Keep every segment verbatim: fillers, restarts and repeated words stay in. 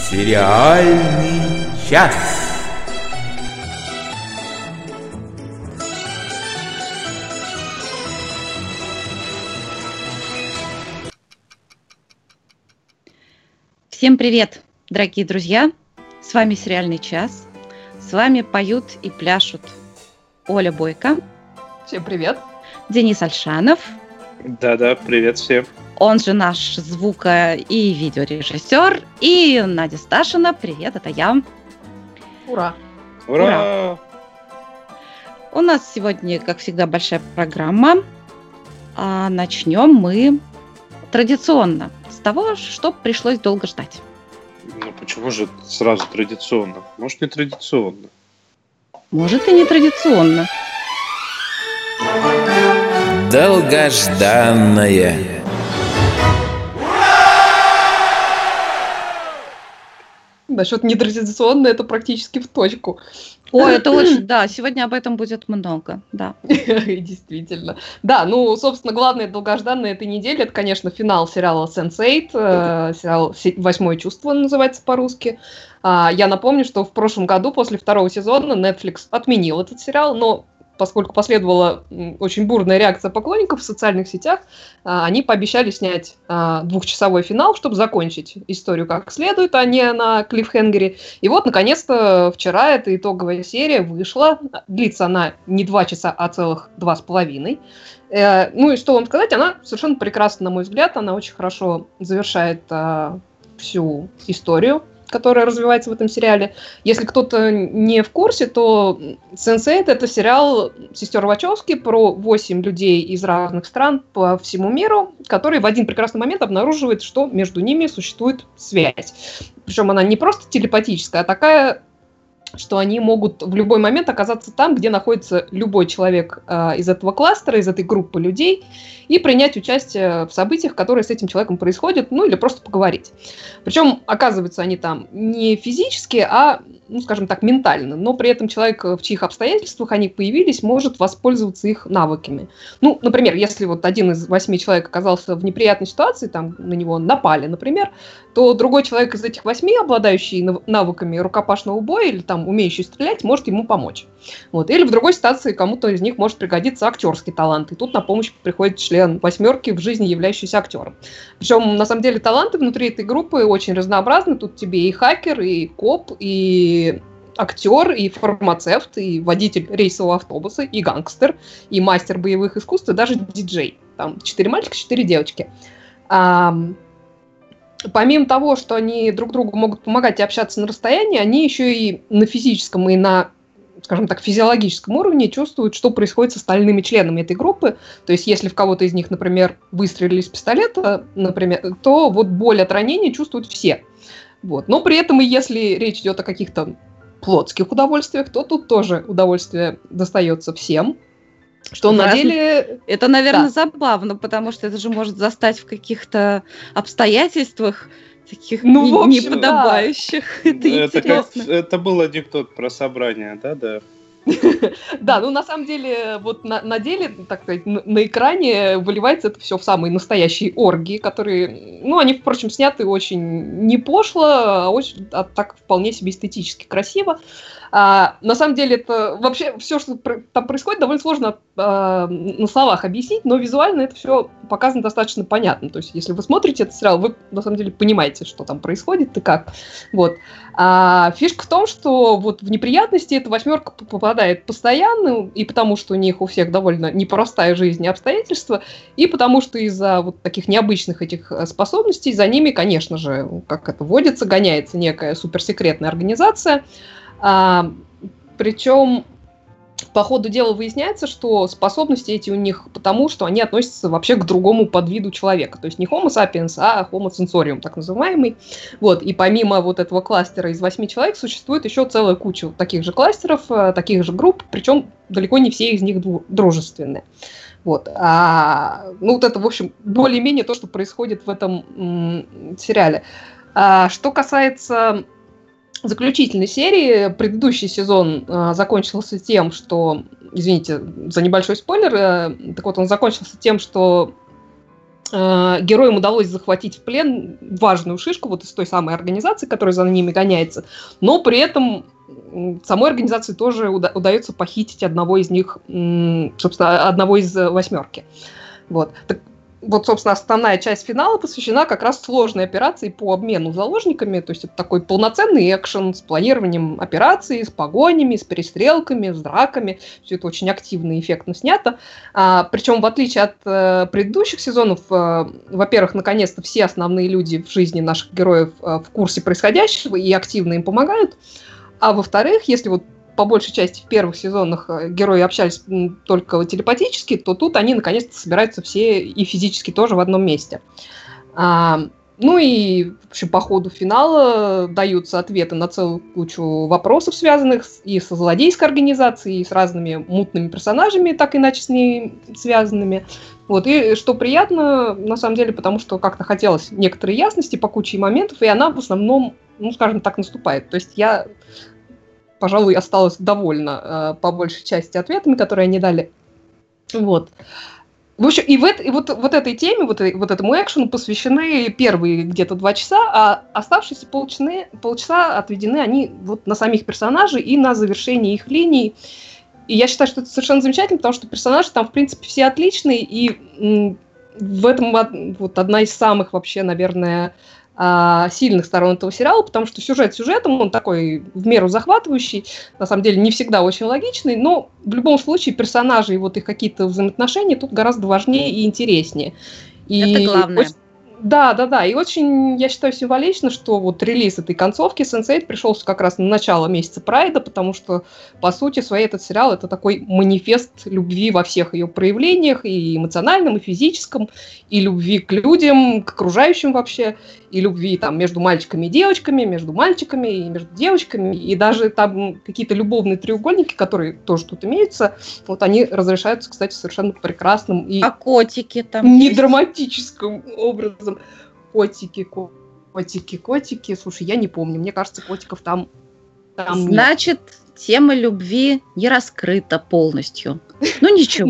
Сериальный час. Всем привет, дорогие друзья! С вами «Сериальный час». С вами поют и пляшут Оля Бойко. Всем привет. Денис Альшанов. Да-да, привет всем. Он же наш звуко- и видеорежиссер. И Надя Сташина. Привет, это я. Ура! Ура! Ура! У нас сегодня, как всегда, большая программа. А начнем мы традиционно с того, что пришлось долго ждать. Ну почему же сразу традиционно? Может, не традиционно? Может, и не традиционно. Долгожданное. Насчет нетрадиционно, это практически в точку. Ой, это очень, да, сегодня об этом будет много, да. Действительно. Да, ну, собственно, главное долгожданное этой недели, это, конечно, финал сериала сенс эйт, э, сериал «Восьмое чувство» называется по-русски. А, я напомню, что в прошлом году, после второго сезона, Netflix отменил этот сериал, но поскольку последовала очень бурная реакция поклонников в социальных сетях, они пообещали снять двухчасовой финал, чтобы закончить историю как следует, а не на клиффхенгере. И вот, наконец-то, вчера эта итоговая серия вышла. Длится она не два часа, а целых два с половиной. Ну и что вам сказать, она совершенно прекрасна, на мой взгляд. Она очень хорошо завершает всю историю, которая развивается в этом сериале. Если кто-то не в курсе, то сенс эйт — это сериал сестер Вачовски про восемь людей из разных стран по всему миру, которые в один прекрасный момент обнаруживают, что между ними существует связь. Причем она не просто телепатическая, а такая, что они могут в любой момент оказаться там, где находится любой человек э, из этого кластера, из этой группы людей, и принять участие в событиях, которые с этим человеком происходят, ну или просто поговорить. Причем оказываются они там не физически, а, ну скажем так, ментально, но при этом человек, в чьих обстоятельствах они появились, может воспользоваться их навыками. Ну, например, если вот один из восьми человек оказался в неприятной ситуации, там на него напали, например, то другой человек из этих восьми, обладающий навыками рукопашного боя или там умеющий стрелять, может ему помочь. Вот. Или в другой ситуации кому-то из них может пригодиться актерский талант, и тут на помощь приходит член восьмерки, в жизни являющийся актером. Причем, на самом деле, таланты внутри этой группы очень разнообразны. Тут тебе и хакер, и коп, и актер, и фармацевт, и водитель рейсового автобуса, и гангстер, и мастер боевых искусств, и даже диджей. Там четыре мальчика, четыре девочки. А, помимо того, что они друг другу могут помогать и общаться на расстоянии, они еще и на физическом, и на, скажем так, физиологическом уровне чувствуют, что происходит с остальными членами этой группы. То есть, если в кого-то из них, например, выстрелили из пистолета, например, то вот боль от ранения чувствуют все. Вот. Но при этом, и если речь идет о каких-то плотских удовольствиях, то тут тоже удовольствие достается всем. Что на деле... Это, наверное, да. забавно, потому что это же может застать в каких-то обстоятельствах, таких ну, не, в общем, неподобающих. Да. Это это, интересно. как, это был анекдот про собрание, да-да. Да, ну на самом деле, вот на, на деле, так сказать, на, на экране выливается это все в самые настоящие оргии, которые, ну, они, впрочем, сняты очень не пошло, а очень, а так вполне себе эстетически красиво. А, на самом деле, это вообще все, что про- там происходит, довольно сложно а, на словах объяснить, но визуально это все показано достаточно понятно. То есть, если вы смотрите этот сериал, вы на самом деле понимаете, что там происходит и как. Вот. А фишка в том, что вот в неприятности эта восьмерка попадает постоянно, и потому что у них у всех довольно непростая жизнь и обстоятельства, и потому что из-за вот таких необычных этих способностей за ними, конечно же, как это водится, гоняется некая суперсекретная организация. А, причем по ходу дела выясняется, что способности эти у них потому, что они относятся вообще к другому подвиду человека. То есть не Homo sapiens, а Homo sensorium, так называемый. Вот. И помимо вот этого кластера из восьми человек существует еще целая куча таких же кластеров, таких же групп, причем далеко не все из них дружественные. Вот. А, ну вот это, в общем, более-менее то, что происходит в этом м- сериале. А, что касается заключительной серии, предыдущий сезон э, закончился тем, что, извините за небольшой спойлер, э, так вот он закончился тем, что э, героям удалось захватить в плен важную шишку вот из той самой организации, которая за ними гоняется, но при этом самой организации тоже уда- удается похитить одного из них, м, собственно, одного из восьмерки. Вот. Так, вот, собственно, основная часть финала посвящена как раз сложной операции по обмену заложниками, то есть это такой полноценный экшен с планированием операций, с погонями, с перестрелками, с драками. Все это очень активно и эффектно снято. А, причем, в отличие от э, предыдущих сезонов, э, во-первых, наконец-то все основные люди в жизни наших героев э, в курсе происходящего и активно им помогают. А во-вторых, если вот по большей части в первых сезонах герои общались только телепатически, то тут они наконец-то собираются все и физически тоже в одном месте. А, ну и в общем, по ходу финала даются ответы на целую кучу вопросов, связанных с, и со злодейской организацией, и с разными мутными персонажами, так иначе с ней связанными. Вот, и что приятно, на самом деле, потому что как-то хотелось некоторой ясности по куче моментов, и она в основном, ну, скажем так, наступает. То есть я... пожалуй, осталась довольна э, по большей части ответами, которые они дали. Вот. В общем, и, в это, и вот, вот этой теме, вот, вот этому экшену посвящены первые где-то два часа, а оставшиеся полчаса, полчаса отведены они вот на самих персонажей и на завершение их линий. И я считаю, что это совершенно замечательно, потому что персонажи там, в принципе, все отличные, и м, в этом вот одна из самых вообще, наверное, сильных сторон этого сериала, потому что сюжет сюжетом, он такой в меру захватывающий, на самом деле не всегда очень логичный, но в любом случае персонажи и вот их какие-то взаимоотношения тут гораздо важнее и интереснее. И это главное. Очень... Да, да, да. И очень, я считаю, символично, что вот релиз этой концовки сенс эйт пришелся как раз на начало месяца Прайда, потому что, по сути своей, этот сериал — это такой манифест любви во всех ее проявлениях, и эмоциональном, и физическом, и любви к людям, к окружающим вообще, и любви там между мальчиками и девочками, между мальчиками и между девочками, и даже там какие-то любовные треугольники, которые тоже тут имеются, вот они разрешаются, кстати, совершенно прекрасным и а котики там не есть? Драматическим образом. Котики, котики, котики. Слушай, я не помню. Мне кажется, котиков там, там Значит, нет. Тема любви не раскрыта полностью. Ну, ничего.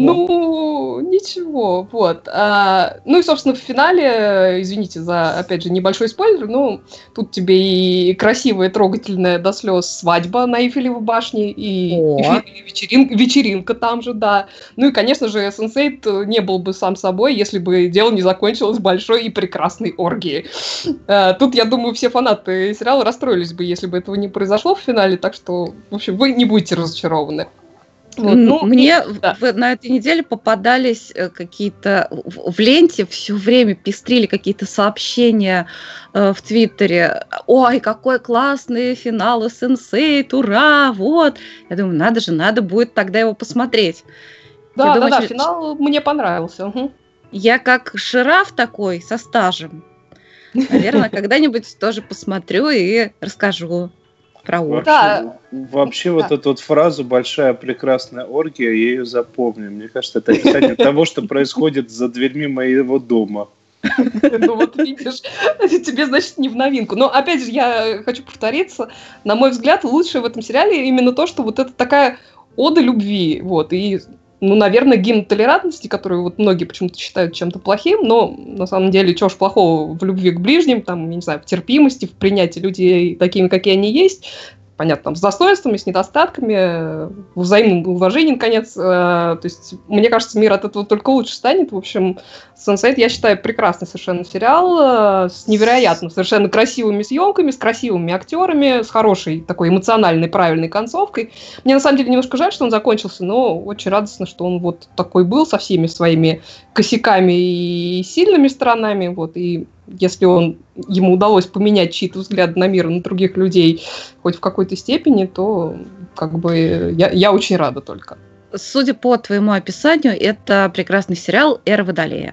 Ну, ничего, вот. А, ну и, собственно, в финале, извините за, опять же, небольшой спойлер, ну, тут тебе и красивая, трогательная до слез свадьба на Эйфелевой башне, и, и вечеринка, вечеринка там же, да. Ну и, конечно же, сенс эйт не был бы сам собой, если бы дело не закончилось большой и прекрасной оргией. А, тут, я думаю, все фанаты сериала расстроились бы, если бы этого не произошло в финале, так что, в общем, вы не будете разочарованы. Вот, ну, Мне и, да. в, на этой неделе попадались какие-то в, в ленте, все время пестрили какие-то сообщения э, в Твиттере. Ой, какой классный финал сенс эйт, ура, вот. Я думаю, надо же, надо будет тогда его посмотреть. Да, я да, думаю, да, финал мне понравился. Угу. Я как жираф такой, со стажем. Наверное, когда-нибудь тоже посмотрю и расскажу. Вообще, да. вообще да. вот эту вот фразу «большая прекрасная оргия», я ее запомню. Мне кажется, это описание того, что происходит за дверьми моего дома. Ну вот видишь, тебе, значит, не в новинку. Но опять же, я хочу повториться. На мой взгляд, лучшее в этом сериале именно то, что вот это такая ода любви. Вот, и, ну, наверное, гимн толерантности, который вот многие почему-то считают чем-то плохим, но на самом деле, чего ж плохого в любви к ближним, там, я не знаю, в терпимости, в принятии людей такими, какие они есть, понятно, там, с достоинствами, с недостатками, в взаимном уважении, наконец. Э, то есть, мне кажется, мир от этого только лучше станет. В общем, сенс эйт, я считаю, прекрасный совершенно сериал, э, с невероятно совершенно красивыми съемками, с красивыми актерами, с хорошей такой эмоциональной, правильной концовкой. Мне, на самом деле, немножко жаль, что он закончился, но очень радостно, что он вот такой был, со всеми своими косяками и сильными сторонами, вот, и если он, ему удалось поменять чьи-то взгляды на мир и на других людей хоть в какой-то степени, то как бы я, я очень рада только. Судя по твоему описанию, это прекрасный сериал «Эра Водолея».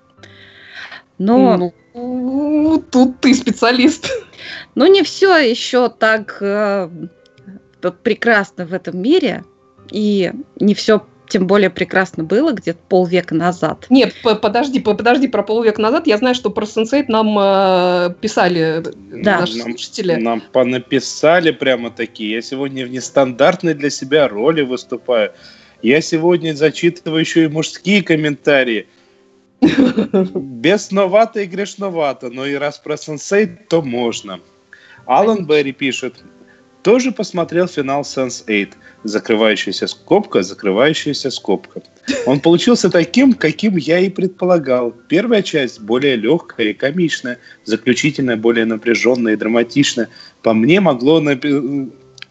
Но... Ну, тут ты специалист. Ну, не все еще так э, прекрасно в этом мире, и не все тем более прекрасно было где-то полвека назад. Нет, подожди, подожди, про полвека назад. Я знаю, что про сенс эйт нам э, писали да. наши нам, слушатели. Нам понаписали прямо такие. Я сегодня в нестандартной для себя роли выступаю. Я сегодня зачитываю еще и мужские комментарии. Бесновато и грешновато, но и раз про сенс эйт, то можно. Алан Берри пишет: тоже посмотрел финал сенс эйт. Закрывающаяся скобка, закрывающаяся скобка. Он получился таким, каким я и предполагал. Первая часть более легкая и комичная, заключительная более напряженная и драматичная. По мне могло напи...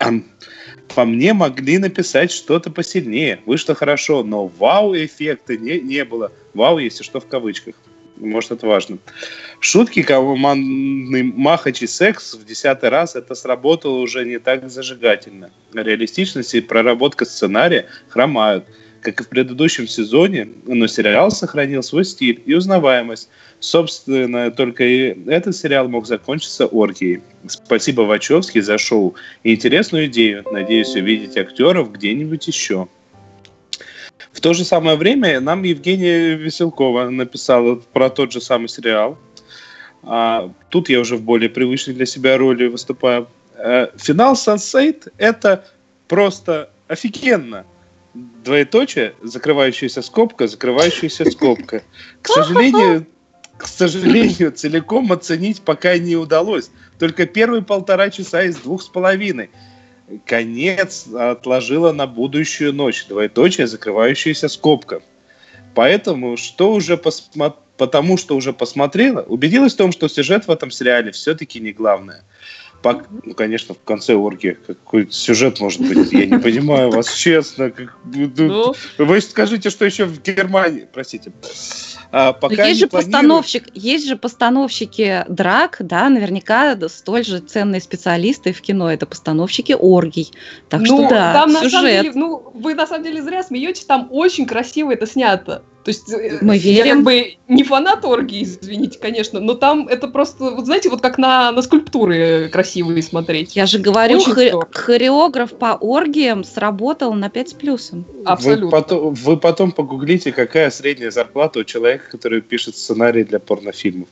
По мне могли написать что-то посильнее. Вышло хорошо, но вау-эффекта не, не было. Вау, если что, в кавычках. Может, это важно. Шутки, командный махач и секс в десятый раз это сработало уже не так зажигательно. Реалистичность и проработка сценария хромают. Как и в предыдущем сезоне, но сериал сохранил свой стиль и узнаваемость. Собственно, только и этот сериал мог закончиться оргией. Спасибо Вачовски за шоу и интересную идею. Надеюсь увидеть актеров где-нибудь еще. В то же самое время нам Евгения Веселкова написала про тот же самый сериал. А, тут я уже в более привычной для себя роли выступаю. А, финал сенс эйт — это просто офигенно. Двоеточие, закрывающаяся скобка, закрывающаяся скобка. К сожалению, к сожалению, целиком оценить пока не удалось. Только первые полтора часа из двух с половиной. Конец отложила на будущую ночь. Двоеточие, закрывающаяся скобка. Поэтому, что уже посмо... потому что уже посмотрела, убедилась в том, что сюжет в этом сериале все-таки не главное. По... Ну, конечно, в конце оргии какой сюжет может быть, я не понимаю вас, честно. Как... Ну... Вы скажите, что еще в Германии, простите. А, пока есть же планирую... постановщик, есть же постановщики драк, да, наверняка столь же ценные специалисты в кино, это постановщики оргий. Так ну, что да, там, сюжет. На самом деле, ну, вы на самом деле зря смеетесь, там очень красиво это снято. То есть мы я верим. как бы не фанат оргии, извините, конечно, но там это просто, вот знаете, вот как на, на скульптуры красивые смотреть. Я же говорю, хор- хореограф по оргиям сработал на пять с плюсом. Абсолютно. Вы потом, вы потом погуглите, какая средняя зарплата у человека, который пишет сценарий для порнофильмов.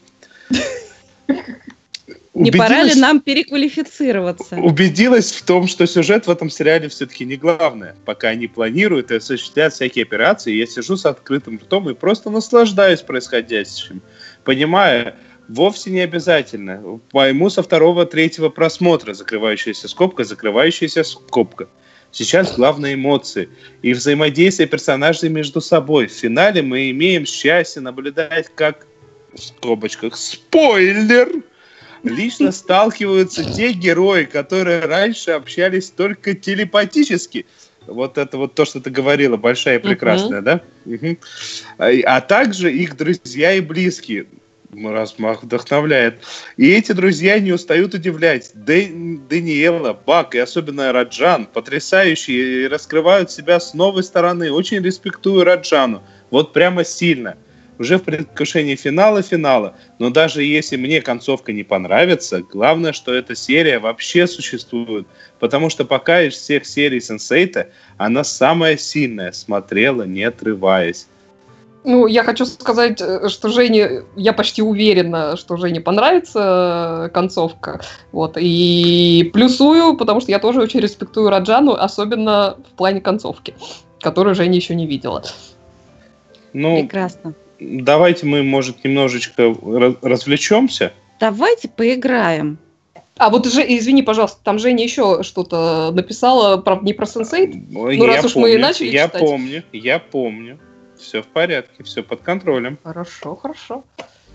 Не пора ли нам переквалифицироваться? Убедилась в том, что сюжет в этом сериале все-таки не главное. Пока они планируют и осуществляют всякие операции, я сижу с открытым ртом и просто наслаждаюсь происходящим. Понимая, вовсе не обязательно. Пойму со второго, третьего просмотра. Закрывающаяся скобка, закрывающаяся скобка. Сейчас главные эмоции и взаимодействие персонажей между собой. В финале мы имеем счастье наблюдать, как, в скобочках, спойлер, лично сталкиваются те герои, которые раньше общались только телепатически. Вот это вот то, что ты говорила, большая и прекрасная, uh-huh. да? Uh-huh. А, а также их друзья и близкие. Размах вдохновляет. И эти друзья не устают удивлять. Дэ- Даниэла, Бак и особенно Раджан потрясающие и раскрывают себя с новой стороны. Очень респектую Раджану. Вот прямо сильно. Уже в предвкушении финала-финала. Но даже если мне концовка не понравится, главное, что эта серия вообще существует. Потому что пока из всех серий сенс эйт она самая сильная. Смотрела, не отрываясь. Ну, я хочу сказать, что Жене, я почти уверена, что Жене понравится концовка. Вот. И плюсую, потому что я тоже очень респектую Раджану, особенно в плане концовки, которую Женя еще не видела. Ну, прекрасно. Давайте мы, может, немножечко развлечемся. Давайте поиграем. А вот, извини, пожалуйста, там Женя еще что-то написала, правда, не про сенс эйт. Ну, раз уж мы начали я читать. Я помню, я помню. Все в порядке, все под контролем. Хорошо, хорошо.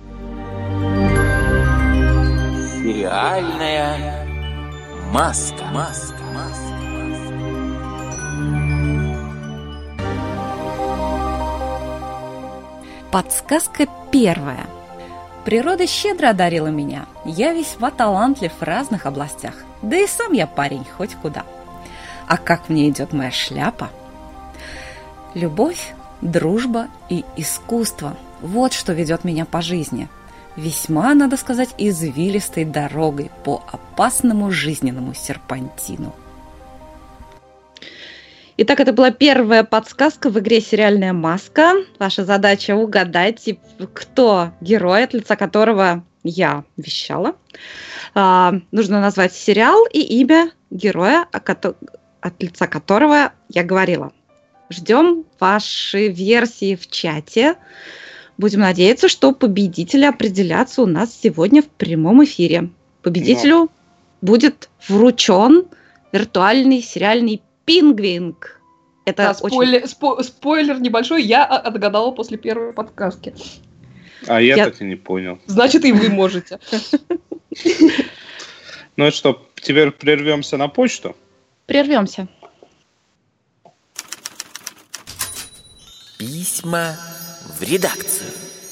Сериальная маска. Маска. Маска. Подсказка первая. Природа щедро одарила меня. Я весьма талантлив в разных областях. Да и сам я парень хоть куда. А как мне идет моя шляпа? Любовь, дружба и искусство. Вот что ведет меня по жизни. Весьма, надо сказать, извилистой дорогой по опасному жизненному серпантину. Итак, это была первая подсказка в игре «Сериальная маска». Ваша задача угадать, кто герой, от лица которого я вещала. А, нужно назвать сериал и имя героя, от лица которого я говорила. Ждем ваши версии в чате. Будем надеяться, что победители определятся у нас сегодня в прямом эфире. Победителю Но. будет вручен виртуальный сериальный пингвинг. Это да, очень... спойлер, спо- спойлер небольшой, я отгадала после первой подсказки. А я, я так и не понял. Значит, и вы можете. Ну что, теперь прервемся на почту? Прервемся. Письма в редакцию.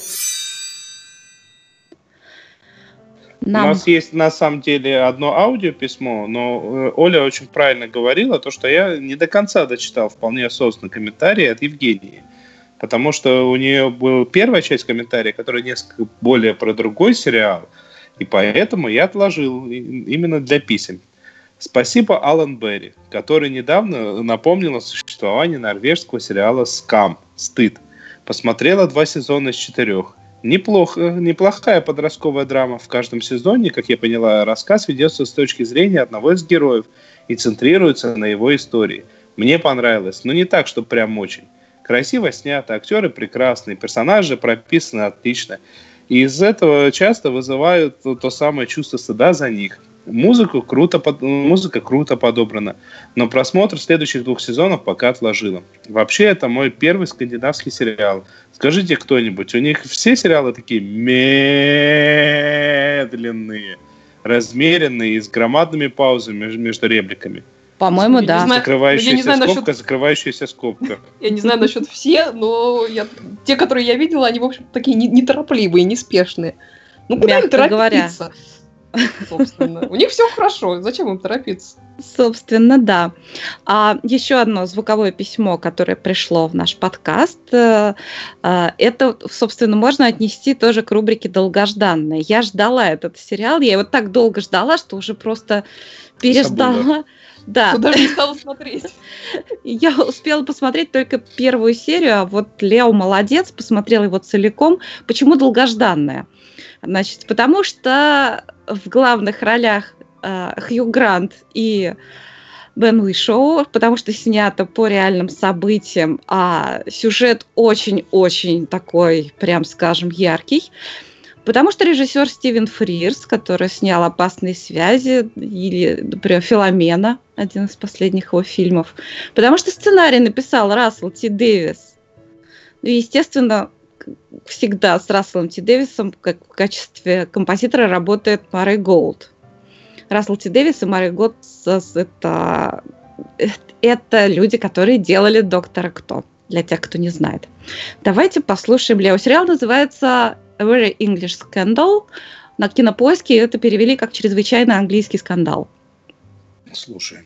Нам... У нас есть на самом деле одно аудиописьмо, но Оля очень правильно говорила, то, что я не до конца дочитал вполне осознанный комментарий от Евгении. Потому что у нее была первая часть комментария, которая несколько более про другой сериал, и поэтому я отложил именно для писем. Спасибо Алан Берри, который недавно напомнил о существовании норвежского сериала «Скам» «Стыд». Посмотрела два сезона из четырех. Неплохо, неплохая подростковая драма. В каждом сезоне, как я поняла, рассказ ведется с точки зрения одного из героев и центрируется на его истории. Мне понравилось, но не так, чтобы прям очень. Красиво снято, актеры прекрасные, персонажи прописаны отлично. И из этого часто вызывают то, то самое чувство стыда за них. Музыку круто, музыка круто подобрана, но просмотр следующих двух сезонов пока отложила. Вообще, это мой первый скандинавский сериал. Скажите кто-нибудь, у них все сериалы такие медленные, размеренные и с громадными паузами между репликами? По-моему, я да. Знаю, закрывающаяся знаю, скобка, насчет... закрывающаяся скобка. Я не знаю насчет все, но я... те, которые я видела, они, в общем, такие неторопливые, неспешные. Ну, куда им торопиться? Собственно. У них все хорошо, зачем им торопиться? Собственно, да. А еще одно звуковое письмо, которое пришло в наш подкаст, это, собственно, можно отнести тоже к рубрике «Долгожданное». Я ждала этот сериал, я его так долго ждала, что уже просто переждала. Забыла. Да. Куда же не стала смотреть? Я успела посмотреть только первую серию, а вот Лео молодец, посмотрел его целиком. Почему «Долгожданное»? Значит, потому что в главных ролях э, Хью Грант и Бен Уишоу, потому что снято по реальным событиям, а сюжет очень-очень такой, прям скажем, яркий. Потому что режиссер Стивен Фрирз, который снял «Опасные связи» или, например, «Филомена», один из последних его фильмов. Потому что сценарий написал Рассел Т. Дэвис. Ну, естественно, всегда с Расселом Т. Дэвисом как в качестве композитора работает Морей Голд. Рассел Т. Дэвис и Морей Голд это, это люди, которые делали «Доктора Кто», для тех, кто не знает. Давайте послушаем Лео. Сериал называется A Very English Scandal. На Кинопоиске это перевели как «Чрезвычайно английский скандал». Слушаем.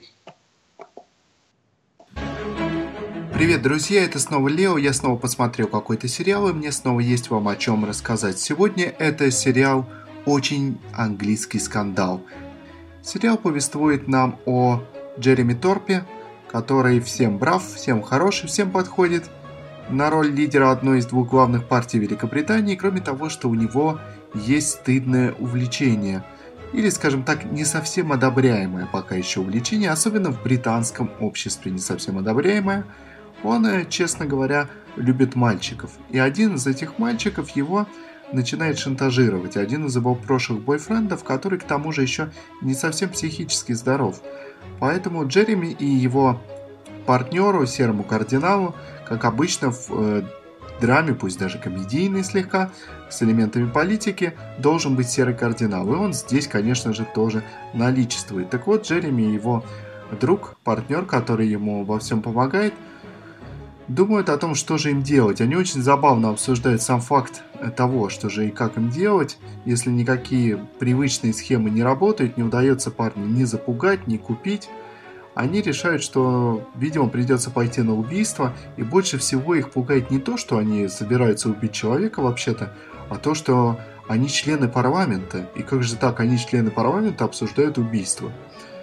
Привет, друзья, это снова Лео. Я снова посмотрел какой-то сериал, и мне снова есть вам о чем рассказать. Сегодня это сериал «Очень английский скандал». Сериал повествует нам о Джереми Торпе, который всем брав, всем хороший, всем подходит на роль лидера одной из двух главных партий Великобритании, кроме того, что у него есть стыдное увлечение. Или, скажем так, не совсем одобряемое пока еще увлечение, особенно в британском обществе не совсем одобряемое. Он, честно говоря, любит мальчиков. И один из этих мальчиков его начинает шантажировать. Один из его прошлых бойфрендов, который к тому же еще не совсем психически здоров. Поэтому Джереми и его партнеру, серому кардиналу, как обычно в э, драме, пусть даже комедийной слегка, с элементами политики, должен быть серый кардинал. И он здесь, конечно же, тоже наличествует. Так вот, Джереми и его друг, партнер, который ему во всем помогает, думают о том, что же им делать. Они очень забавно обсуждают сам факт того, что же и как им делать, если никакие привычные схемы не работают, не удается парня ни запугать, ни купить. Они решают, что, видимо, придется пойти на убийство, и больше всего их пугает не то, что они собираются убить человека вообще-то, а то, что они члены парламента, и как же так, они члены парламента обсуждают убийство.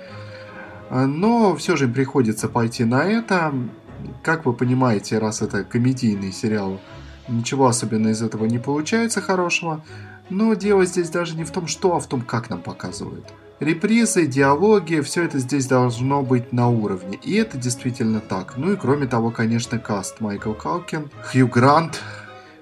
Но все же им приходится пойти на это. Как вы понимаете, раз это комедийный сериал, ничего особенно из этого не получается хорошего. Но дело здесь даже не в том, что, а в том, как нам показывают. Репризы, диалоги, все это здесь должно быть на уровне. И это действительно так. Ну и кроме того, конечно, каст. Майкл Калкин, Хью Грант,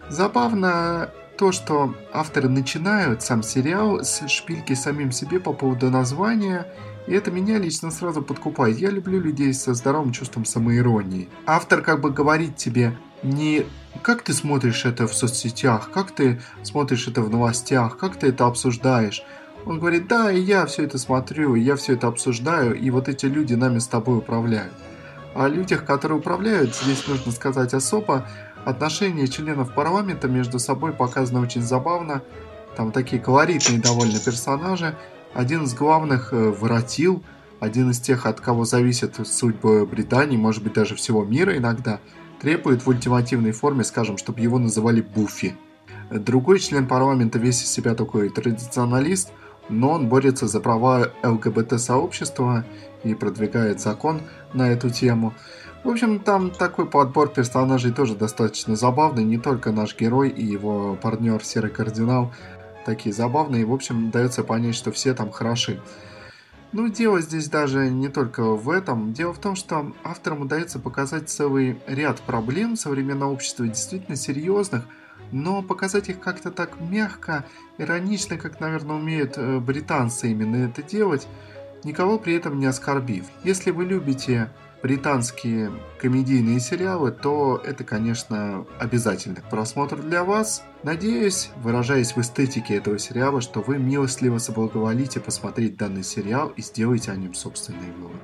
Забавно то, что авторы начинают сам сериал с шпильки самим себе по поводу названия, и это меня лично сразу подкупает. Я люблю людей со здоровым чувством самоиронии. Автор как бы говорит тебе не как ты смотришь это в соцсетях, как ты смотришь это в новостях, как ты это обсуждаешь. Он говорит, да, и я все это смотрю, и я все это обсуждаю, и вот эти люди нами с тобой управляют. О людях, которые управляют, здесь нужно сказать особо. Отношения членов парламента между собой показаны очень забавно. Там такие колоритные довольно персонажи. Один из главных э, воротил, один из тех, от кого зависит судьба Британии, может быть даже всего мира иногда, требует в ультимативной форме, скажем, чтобы его называли Буффи. Другой член парламента весь из себя такой традиционалист, но он борется за права ЛГБТ-сообщества и продвигает закон на эту тему. В общем, там такой подбор персонажей тоже достаточно забавный. Не только наш герой и его партнер Серый Кардинал такие забавные. В общем, дается понять, что все там хороши. Ну, дело здесь даже не только в этом. Дело в том, что авторам удается показать целый ряд проблем современного общества, действительно серьезных, но показать их как-то так мягко, иронично, как, наверное, умеют британцы именно это делать, никого при этом не оскорбив. Если вы любите британские комедийные сериалы, то это, конечно, обязательный просмотр для вас. Надеюсь, выражаясь в эстетике этого сериала, что вы милостливо соблаговолите посмотреть данный сериал и сделаете о нем собственные выводы.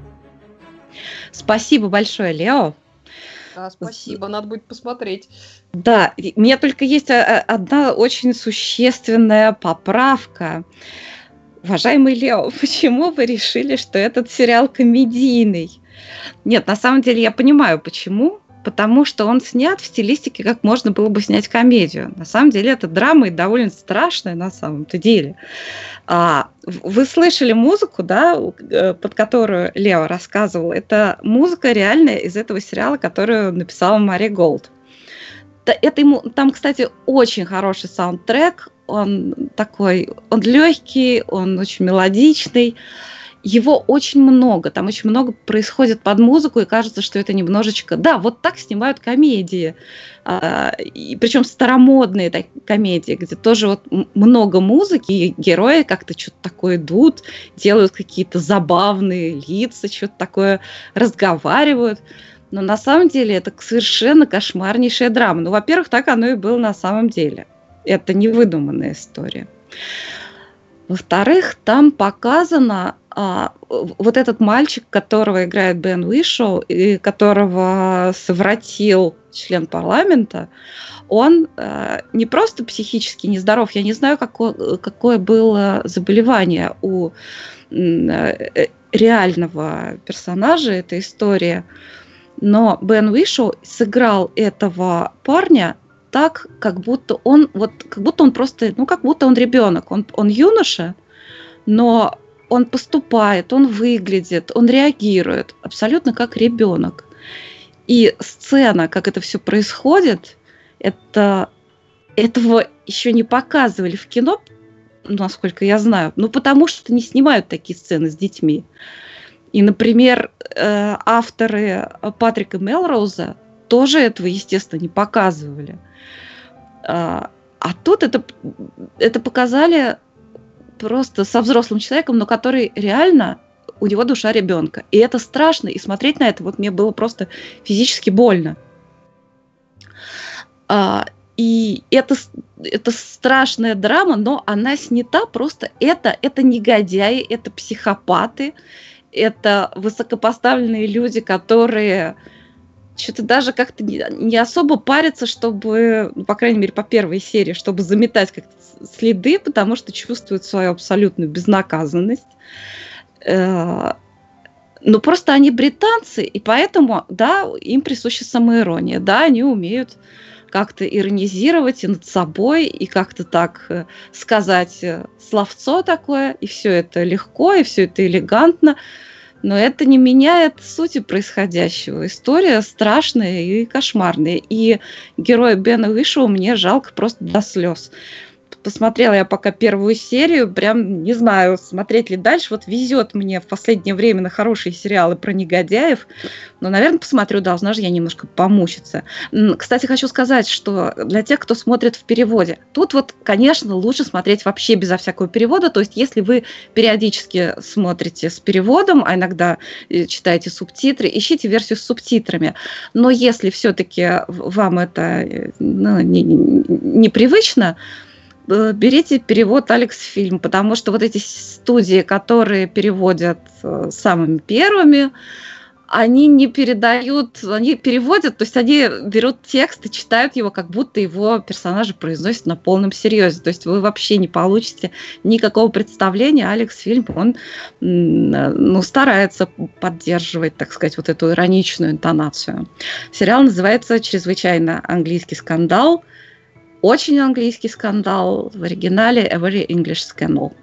Спасибо большое, Лео. Да, спасибо, надо будет посмотреть. Да, у меня только есть одна очень существенная поправка. Уважаемый Лео, почему вы решили, что этот сериал комедийный? Нет, на самом деле я понимаю, почему. Потому что он снят в стилистике, как можно было бы снять комедию. На самом деле это драма и довольно страшная на самом-то деле. А, вы слышали музыку, да, под которую Лео рассказывал? Это музыка реальная из этого сериала, которую написала Мари Голд. Это ему, там, кстати, очень хороший саундтрек. Он такой, он легкий, он очень мелодичный. Его очень много, там очень много происходит под музыку, и кажется, что это немножечко... Да, вот так снимают комедии, а, и, причем старомодные так, комедии, где тоже вот много музыки, и герои как-то что-то такое идут, делают какие-то забавные лица, что-то такое разговаривают. Но на самом деле это совершенно кошмарнейшая драма. Ну, во-первых, так оно и было на самом деле. Это не выдуманная история. Во-вторых, там показано а, вот этот мальчик, которого играет Бен Уишоу, и которого совратил член парламента, он а, не просто психически нездоров, я не знаю, какое, какое было заболевание у а, реального персонажа этой истории, но Бен Уишоу сыграл этого парня так, как будто он, вот, как будто он просто, ну, как будто он ребенок, он, он юноша, но он поступает, он выглядит, он реагирует абсолютно как ребенок. И сцена, как это все происходит, это, этого еще не показывали в кино, насколько я знаю, ну, потому что не снимают такие сцены с детьми. И, например, э, авторы Патрика Мелроуза тоже этого, естественно, не показывали. А, а тут это, это показали просто со взрослым человеком, но который реально, у него душа ребенка. И это страшно, и смотреть на это вот мне было просто физически больно. А, и это, это страшная драма, но она снята просто... Это, это негодяи, это психопаты, это высокопоставленные люди, которые... что-то даже как-то не, не особо парятся, чтобы, ну, по крайней мере, по первой серии, чтобы заметать как-то следы, потому что чувствуют свою абсолютную безнаказанность. Но просто они британцы, и поэтому, да, им присуща самоирония. Да, они умеют как-то иронизировать и над собой, и как-то так сказать словцо такое, и все это легко, и все это элегантно. Но это не меняет сути происходящего. История страшная и кошмарная. И героя Бена Уишоу мне жалко просто до слез. посмотрела я пока первую серию, прям не знаю, смотреть ли дальше. Вот везет мне в последнее время на хорошие сериалы про негодяев, но, наверное, посмотрю, должна же я немножко помучиться. Кстати, хочу сказать, что для тех, кто смотрит в переводе, тут вот, конечно, лучше смотреть вообще безо всякого перевода, то есть если вы периодически смотрите с переводом, а иногда читаете субтитры, ищите версию с субтитрами. Но если все-таки вам это ну, непривычно, берите перевод Алекс-фильм, потому что вот эти студии, которые переводят самыми первыми, они не передают, они переводят, то есть они берут текст и читают его, как будто его персонажи произносят на полном серьезе. То есть вы вообще не получите никакого представления. Алекс-фильм, он ну, старается поддерживать, так сказать, вот эту ироничную интонацию. Сериал называется «Чрезвычайно английский скандал». Очень английский скандал. В оригинале «A very English scandal».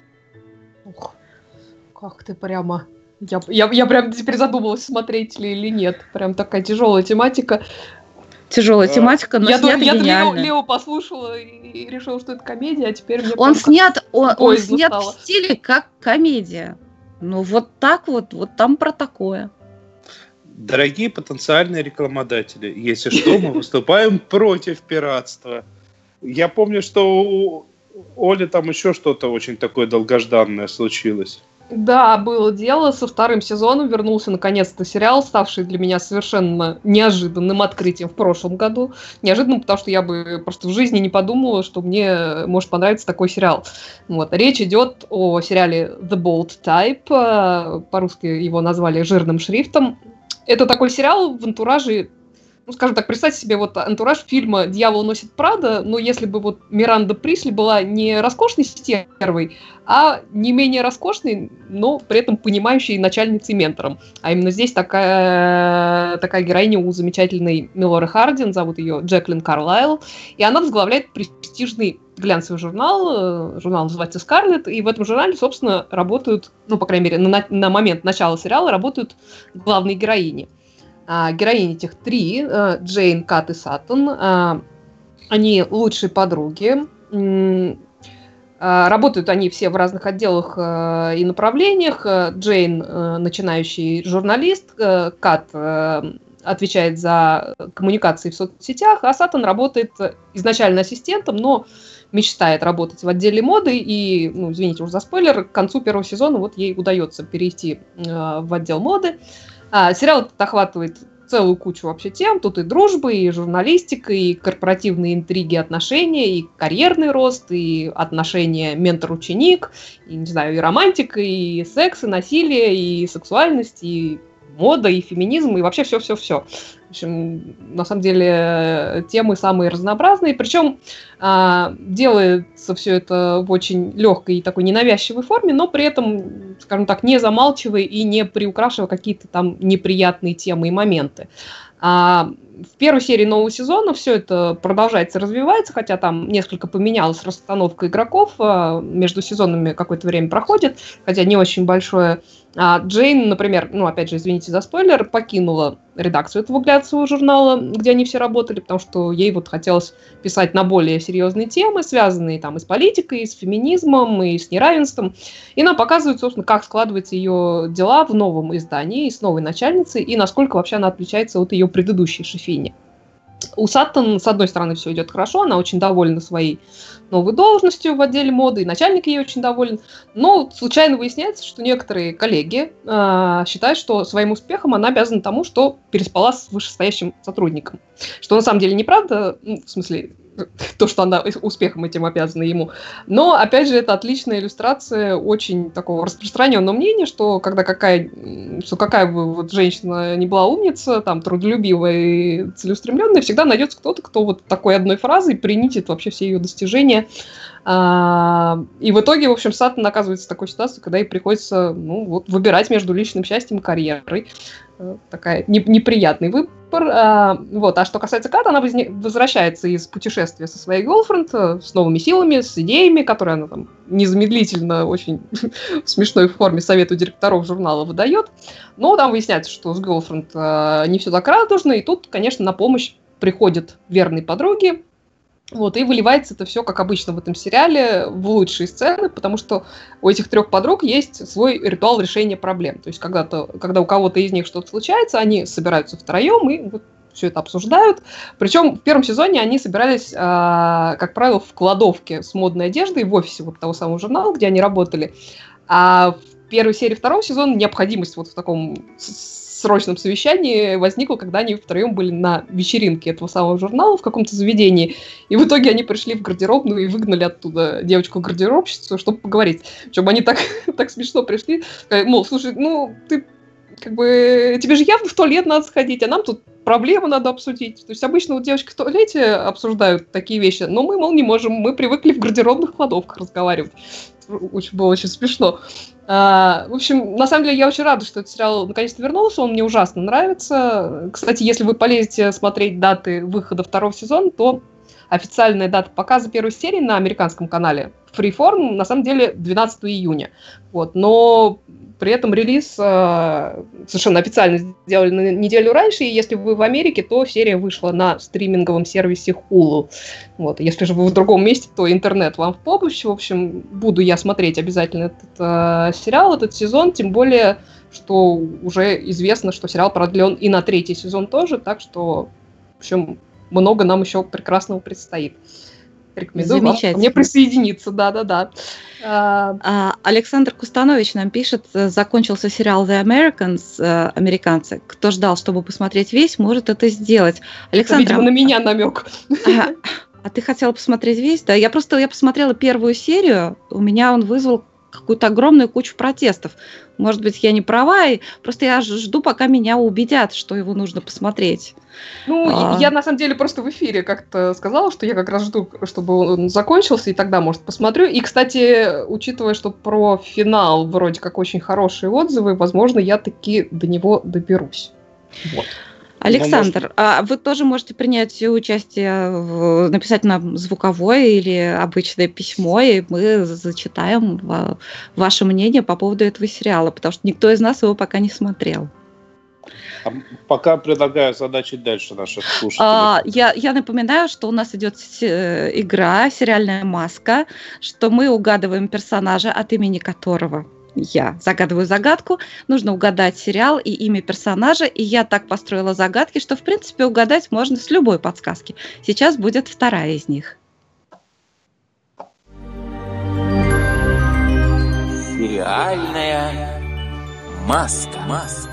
Ух, как ты прямо... Я, я, я прям теперь задумалась, смотреть ли или нет. Прям такая тяжелая тематика. Тяжелая а, тематика, но я снято Я гениально. Лео, Лео послушала и решила, что это комедия, а теперь мне... Он снят, он, он снят стало. в стиле как комедия. Ну вот так вот, вот там про такое. Дорогие потенциальные рекламодатели, если что, мы выступаем против пиратства. Я помню, что у Оли там еще что-то очень такое долгожданное случилось. Да, было дело. Со вторым сезоном вернулся наконец-то сериал, ставший для меня совершенно неожиданным открытием в прошлом году. Неожиданным, потому что я бы просто в жизни не подумала, что мне может понравиться такой сериал. Вот. Речь идет о сериале The Bold Type. По-русски его назвали жирным шрифтом. Это такой сериал в антураже... Ну, скажем так, представьте себе вот антураж фильма «Дьявол носит Прада», но если бы вот Миранда Присли была не роскошной стервой, а не менее роскошной, но при этом понимающей начальницей-ментором. А именно здесь такая, такая героиня у замечательной Мелоры Хардин, зовут ее Джеклин Карлайл, и она возглавляет престижный глянцевый журнал, журнал называется «Скарлетт», и в этом журнале, собственно, работают, ну, по крайней мере, на, на момент начала сериала работают главные героини. А, героини этих три, Джейн, Кат и Саттон, а, они лучшие подруги. А, работают они все в разных отделах а, и направлениях. Джейн а, начинающий журналист, а, Кат а, отвечает за коммуникации в соцсетях, а Саттон работает изначально ассистентом, но мечтает работать в отделе моды, и, ну, извините уже за спойлер, к концу первого сезона вот ей удается перейти а, в отдел моды. А, сериал охватывает целую кучу вообще тем. Тут и дружба, и журналистика, и корпоративные интриги, отношения, и карьерный рост, и отношения ментор-ученик, и, не знаю, и романтика, и секс, и насилие, и сексуальность, и мода, и феминизм, и вообще все-все-все. В общем, на самом деле, темы самые разнообразные. Причем а, делается все это в очень легкой и такой ненавязчивой форме, но при этом, скажем так, не замалчивая и не приукрашивая какие-то там неприятные темы и моменты. А, в первой серии нового сезона все это продолжается, развивается, хотя там несколько поменялась расстановка игроков, а, между сезонами какое-то время проходит, хотя не очень большое. А Джейн, например, ну, опять же, извините за спойлер, покинула редакцию этого глянцевого журнала, где они все работали, потому что ей вот хотелось писать на более серьезные темы, связанные там и с политикой, и с феминизмом, и с неравенством. И нам показывают, собственно, как складываются ее дела в новом издании, с новой начальницей, и насколько вообще она отличается от ее предыдущей шефини. У Саттон, с одной стороны, все идет хорошо, она очень довольна своей новой должностью в отделе моды, и начальник ей очень доволен, но случайно выясняется, что некоторые коллеги э, считают, что своим успехом она обязана тому, что переспала с вышестоящим сотрудником. Что на самом деле неправда, ну, в смысле, то, что она успехом этим обязана ему. Но, опять же, это отличная иллюстрация очень такого распространенного мнения, что когда какая, что какая бы вот женщина не была умница, там, трудолюбивая и целеустремленная, всегда найдется кто-то, кто вот такой одной фразой принесет вообще все ее достижения. А, и в итоге, в общем, Саттон оказывается в такой ситуации, когда ей приходится, ну, вот, выбирать между личным счастьем и карьерой. Такая не, неприятный выбор. А, вот. А что касается Кат, она возне- возвращается из путешествия со своей герлфренд с новыми силами, с идеями, которые она там незамедлительно, очень в смешной форме совету директоров журнала выдает. Но там выясняется, что с герлфренд а, не все так радужно, и тут, конечно, на помощь приходят верные подруги. Вот, и выливается это все, как обычно в этом сериале, в лучшие сцены, потому что у этих трех подруг есть свой ритуал решения проблем. То есть, когда-то, когда у кого-то из них что-то случается, они собираются втроем и вот все это обсуждают. Причем в первом сезоне они собирались, а, как правило, в кладовке с модной одеждой в офисе вот того самого журнала, где они работали. А в первой серии второго сезона необходимость вот в таком срочном совещании возникло, когда они втроем были на вечеринке этого самого журнала в каком-то заведении, и в итоге они пришли в гардеробную и выгнали оттуда девочку-гардеробщицу, чтобы поговорить. Причем они так, так смешно пришли, мол, слушай, ну, ты как бы, тебе же явно в туалет надо сходить, а нам тут проблемы надо обсудить. То есть обычно вот девочки в туалете обсуждают такие вещи, но мы, мол, не можем, мы привыкли в гардеробных кладовках разговаривать. Очень, было очень смешно. А, в общем, на самом деле, я очень рада, что этот сериал наконец-то вернулся, он мне ужасно нравится. Кстати, если вы полезете смотреть даты выхода второго сезона, то официальная дата показа первой серии на американском канале Freeform на самом деле двенадцатого июня. Вот. Но при этом релиз э, совершенно официально сделали на неделю раньше, и если вы в Америке, то серия вышла на стриминговом сервисе Hulu. Вот. Если же вы в другом месте, то интернет вам в помощь. В общем, буду я смотреть обязательно этот э, сериал, этот сезон, тем более, что уже известно, что сериал продлен и на третий сезон тоже, так что, в общем, много нам еще прекрасного предстоит. Рекомендую вам ко мне присоединиться, да-да-да. А, Александр Кустанович нам пишет, закончился сериал The Americans, американцы. Кто ждал, чтобы посмотреть весь, может это сделать. Александр, это, видимо, на меня намек. А, а ты хотела посмотреть весь? Да, я просто я посмотрела первую серию, у меня он вызвал какую-то огромную кучу протестов. Может быть, я не права, и просто я жду, пока меня убедят, что его нужно посмотреть. Ну, а... я на самом деле просто в эфире как-то сказала, что я как раз жду, чтобы он закончился, и тогда, может, посмотрю. И, кстати, учитывая, что про финал вроде как очень хорошие отзывы, возможно, я таки до него доберусь. Вот. Александр, может... а вы тоже можете принять участие, в, написать нам звуковое или обычное письмо, и мы зачитаем ваше мнение по поводу этого сериала, потому что никто из нас его пока не смотрел. А пока предлагаю задачить дальше наших слушателей. А, я, я напоминаю, что у нас идет игра «Сериальная маска», что мы угадываем персонажа, от имени которого я загадываю загадку, нужно угадать сериал и имя персонажа, и я так построила загадки, что, в принципе, угадать можно с любой подсказки. Сейчас будет вторая из них. Сериальная маска. Маска.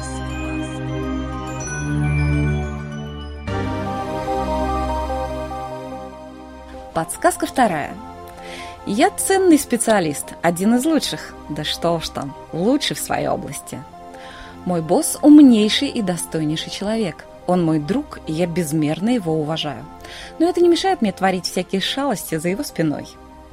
Подсказка вторая. Я ценный специалист, один из лучших. Да что уж там, лучший в своей области. Мой босс умнейший и достойнейший человек. Он мой друг, и я безмерно его уважаю. Но это не мешает мне творить всякие шалости за его спиной.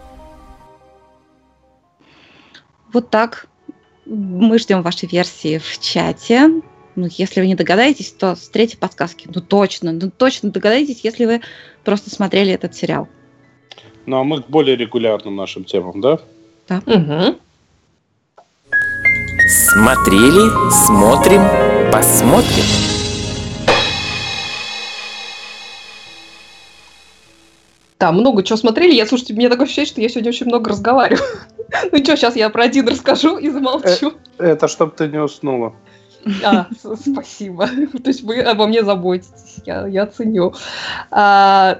Вот так. Мы ждем вашей версии в чате. Ну, если вы не догадаетесь, то с третьей подсказки. Ну, точно, ну, точно догадаетесь, если вы просто смотрели этот сериал. Ну, а мы к более регулярным нашим темам, да? Да. Угу. Смотрели, смотрим, посмотрим. Да, много чего смотрели. Я, слушайте, мне такое ощущение, что я сегодня очень много разговариваю. Ну что, сейчас я про один расскажу и замолчу. Это чтоб ты не уснула. А, спасибо. То есть вы обо мне заботитесь. Я, я ценю. А,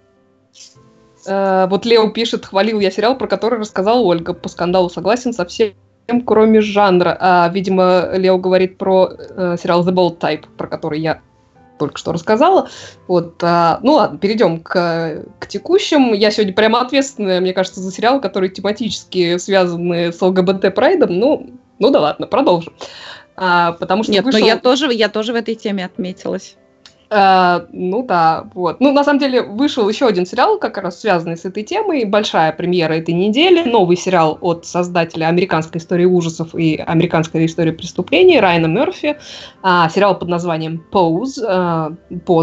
а, вот Лео пишет, хвалил я сериал, про который рассказала Ольга. По скандалу согласен со всем, кроме жанра. А, видимо, Лео говорит про э, сериал The Bold Type, про который я только что рассказала. Вот, а, ну ладно, перейдем к, к текущим. Я сегодня прямо ответственная, мне кажется, за сериалы, которые тематически связаны с ЛГБТ-прайдом. Ну, ну да ладно, продолжим. А, потому что Нет, вышел... но я тоже, я тоже в этой теме отметилась. А, ну да, вот. Ну, на самом деле, вышел еще один сериал, как раз связанный с этой темой. Большая премьера этой недели. Новый сериал от создателя «Американской истории ужасов» и «Американской истории преступлений» Райана Мерфи. А, сериал под названием «Pose», а, «Поза»,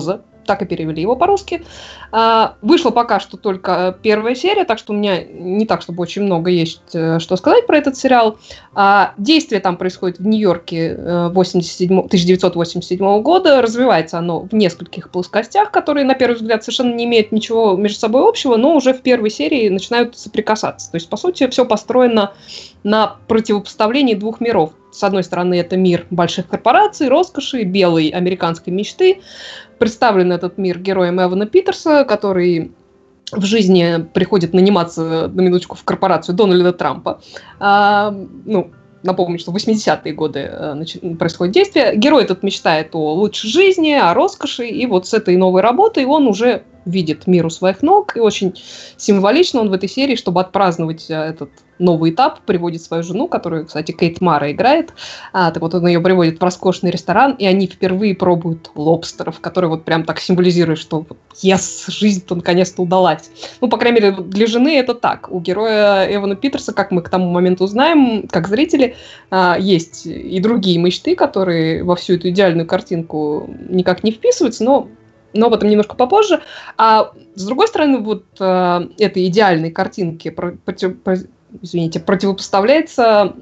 так и перевели его по-русски. А, вышла пока что только первая серия, так что у меня не так, чтобы очень много есть что сказать про этот сериал. А, действие там происходит в Нью-Йорке тысяча девятьсот восемьдесят седьмого года. Развивается оно в нескольких плоскостях, которые, на первый взгляд, совершенно не имеют ничего между собой общего, но уже в первой серии начинают соприкасаться. То есть, по сути, все построено на противопоставлении двух миров. С одной стороны, это мир больших корпораций, роскоши, белой американской мечты. Представлен этот мир героем Эвана Питерса, который в жизни приходит наниматься, на минуточку, в корпорацию Дональда Трампа. А, ну, напомню, что в восьмидесятые годы происходит действие. Герой этот мечтает о лучшей жизни, о роскоши, и вот с этой новой работой он уже видит мир у своих ног, и очень символично он в этой серии, чтобы отпраздновать этот новый этап, приводит свою жену, которую, кстати, Кейт Мара играет. А, так вот, он ее приводит в роскошный ресторан, и они впервые пробуют лобстеров, которые вот прям так символизируют, что yes, жизнь-то наконец-то удалась. Ну, по крайней мере, для жены это так. У героя Эвана Питерса, как мы к тому моменту узнаем, как зрители, а, есть и другие мечты, которые во всю эту идеальную картинку никак не вписываются, но но об этом немножко попозже. А с другой стороны, вот э, этой идеальной картинке про, против, про, извините, противопоставляется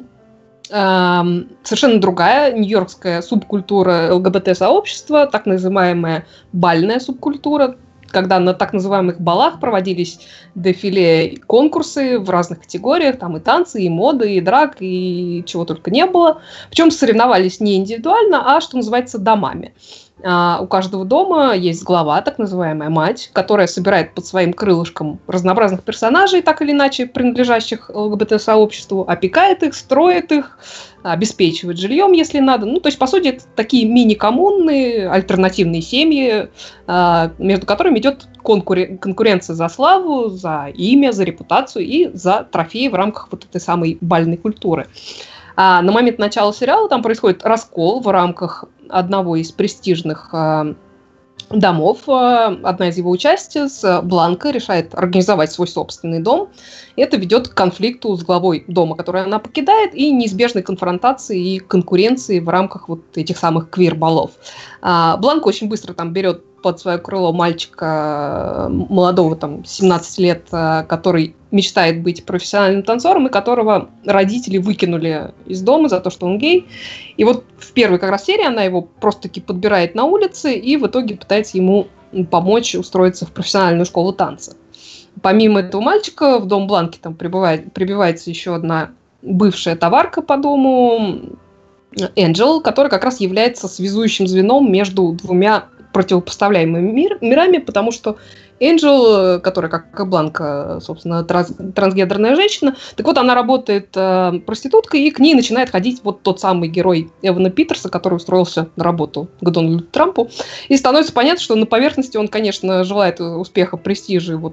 э, совершенно другая нью-йоркская субкультура ЛГБТ-сообщества, так называемая бальная субкультура, когда на так называемых балах проводились дефиле, конкурсы в разных категориях, там и танцы, и моды, и драк, и чего только не было. Причем соревновались не индивидуально, а, что называется, домами. Uh, у каждого дома есть глава, так называемая мать, которая собирает под своим крылышком разнообразных персонажей, так или иначе принадлежащих ЛГБТ-сообществу, опекает их, строит их, обеспечивает жильем, если надо. Ну, то есть, по сути, это такие мини-коммуны, альтернативные семьи, uh, между которыми идет конкурен- конкуренция за славу, за имя, за репутацию и за трофеи в рамках вот этой самой бальной культуры. А на момент начала сериала там происходит раскол в рамках одного из престижных э, домов. Одна из его участниц, Бланка, решает организовать свой собственный дом. И это ведет к конфликту с главой дома, который она покидает, и неизбежной конфронтации и конкуренции в рамках вот этих самых квир-балов. А Бланка очень быстро там берет под свое крыло мальчика молодого, там, семнадцати лет, который мечтает быть профессиональным танцором, и которого родители выкинули из дома за то, что он гей. И вот в первой как раз серии она его просто-таки подбирает на улице и в итоге пытается ему помочь устроиться в профессиональную школу танца. Помимо этого мальчика в дом Бланки там прибывает, прибивается еще одна бывшая товарка по дому, Энджел, которая как раз является связующим звеном между двумя противопоставляемыми мир, мирами, потому что Энджел, которая, как и Бланка, собственно, транс, трансгендерная женщина, так вот, она работает э, проституткой, и к ней начинает ходить вот тот самый герой Эвана Питерса, который устроился на работу к Дональду Трампу. И становится понятно, что на поверхности он, конечно, желает успеха, престижа, вот,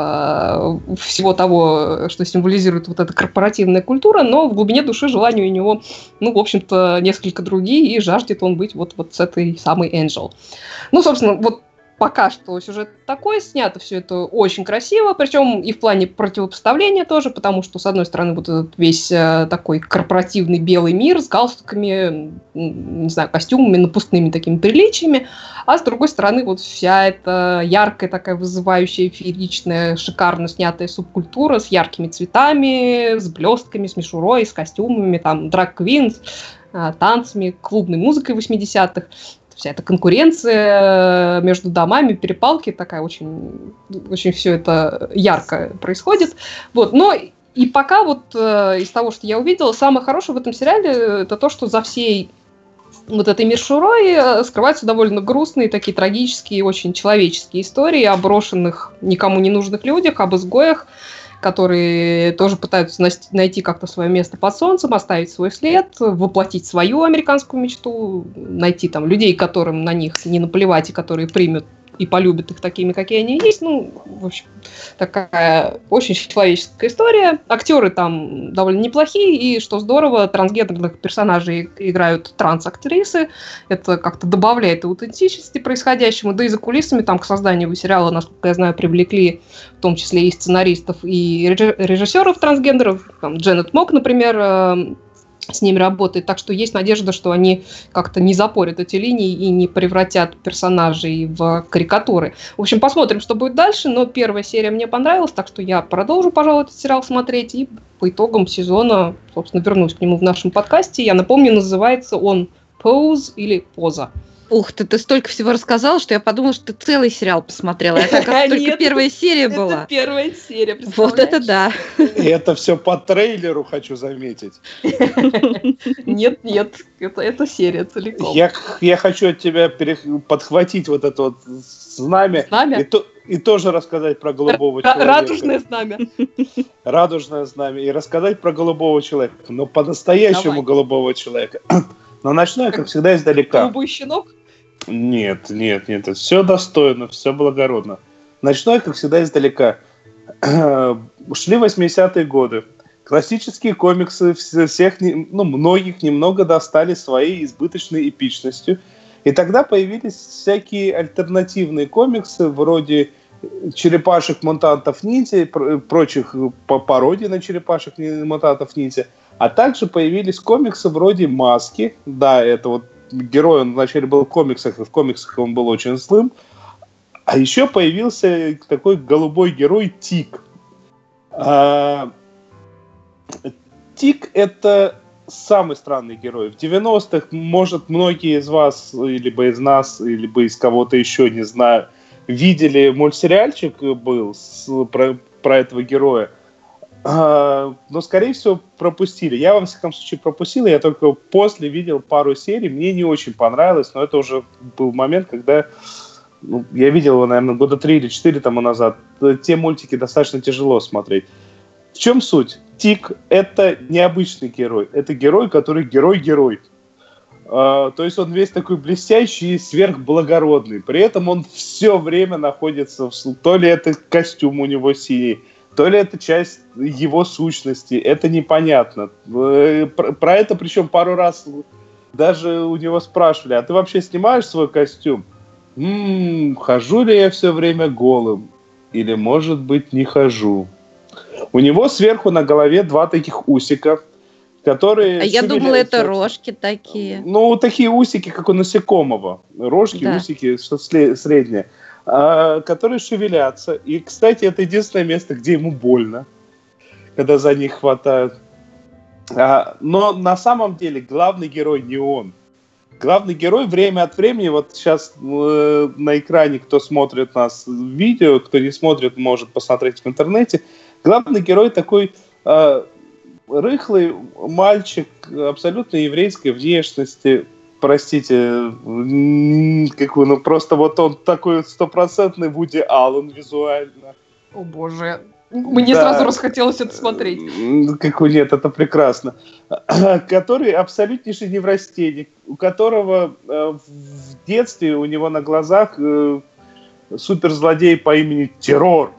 э, всего того, что символизирует вот эта корпоративная культура, но в глубине души желания у него, ну, в общем-то, несколько другие, и жаждет он быть вот, вот с этой самой Энджел. Ну, собственно, вот пока что сюжет такой, снято все это очень красиво, причем и в плане противопоставления тоже, потому что, с одной стороны, вот этот весь э, такой корпоративный белый мир с галстуками, не знаю, костюмами, напускными такими приличиями, а с другой стороны, вот вся эта яркая, такая вызывающая, фееричная, шикарно снятая субкультура с яркими цветами, с блестками, с мишурой, с костюмами, там, драг-квинс, э, танцами, клубной музыкой восьмидесятых. Вся эта конкуренция между домами, перепалки, такая очень, очень все это ярко происходит. Вот. Но и пока вот э, из того, что я увидела, самое хорошее в этом сериале это то, что за всей вот этой мишурой скрываются довольно грустные, такие трагические, очень человеческие истории о брошенных, никому не нужных людях, об изгоях, которые тоже пытаются найти как-то свое место под солнцем, оставить свой след, воплотить свою американскую мечту, найти там людей, которым на них не наплевать, и которые примут и полюбят их такими, какие они есть. Ну, в общем, такая очень человеческая история. Актеры там довольно неплохие, и, что здорово, трансгендерных персонажей играют транс-актрисы. Это как-то добавляет аутентичности происходящему. Да и за кулисами там к созданию сериала, насколько я знаю, привлекли в том числе и сценаристов, и режиссеров трансгендеров. Там Дженнет Мок, например, с ними работает. Так что есть надежда, что они как-то не запорят эти линии и не превратят персонажей в карикатуры. В общем, посмотрим, что будет дальше, но первая серия мне понравилась, так что я продолжу, пожалуй, этот сериал смотреть и по итогам сезона, собственно, вернусь к нему в нашем подкасте. Я напомню, называется он «Pose» или «Поза». Ух ты, ты столько всего рассказала, что я подумала, что ты целый сериал посмотрела. Это, оказывается, только первая серия была. Это первая серия, Вот это да. И это все по трейлеру, хочу заметить. Нет, нет, это, это серия целиком. Я, я хочу от тебя пере... подхватить вот это вот знамя, знамя? И, то, и тоже рассказать про голубого Р- человека. Радужное знамя. Радужное знамя. И рассказать про голубого человека. Но по-настоящему Давай. голубого человека. Но начну я, как всегда, издалека. Голубой щенок? Нет, нет, нет. Это все достойно, все благородно. Начну я, как всегда, издалека. Шли восьмидесятые годы. Классические комиксы всех, ну, многих немного достали своей избыточной эпичностью. И тогда появились всякие альтернативные комиксы, вроде черепашек-мутантов-ниндзя и прочих пародий на черепашек-мутантов-ниндзя. А также появились комиксы вроде «Маски». Да, это вот герой, он вначале был в комиксах, и в комиксах он был очень злым. А еще появился такой голубой герой Тик. А... Тик — это самый странный герой. В девяностых, может, многие из вас, либо из нас, либо из кого-то еще, не знаю, видели мультсериальчик был с, про, про этого героя. А, но, скорее всего, пропустили. Я, во всяком случае, пропустил. Я только после видел пару серий. Мне не очень понравилось, но это уже был момент, когда ну, я видел его, наверное, года три или четыре тому назад. Те мультики достаточно тяжело смотреть. В чем суть? Тик — это необычный герой. Это герой, который герой-герой. А, то есть он весь такой блестящий и сверхблагородный. При этом он все время находится в... То ли это костюм у него синий, то ли это часть его сущности, это непонятно. Про, про это причем пару раз даже у него спрашивали: а ты вообще снимаешь свой костюм? М-м, хожу ли я все время голым? Или, может быть, не хожу? У него сверху на голове два таких усика, которые... А я думала, это рожки такие. Ну, такие усики, как у насекомого. Рожки, да. Усики, что средние. Которые шевелятся. И, кстати, это единственное место, где ему больно, когда за них хватают. Но на самом деле главный герой не он. Главный герой время от времени, вот сейчас э, на экране, кто смотрит нас в видео, кто не смотрит, может посмотреть в интернете. Главный герой такой э, рыхлый мальчик абсолютно еврейской внешности. Простите, какой, ну просто вот он такой стопроцентный Вуди Аллен визуально. О боже, мне да. сразу расхотелось это смотреть. Какой нет, это прекрасно. Который абсолютнейший неврастенник, у которого э, в детстве у него на глазах э, суперзлодей по имени Террор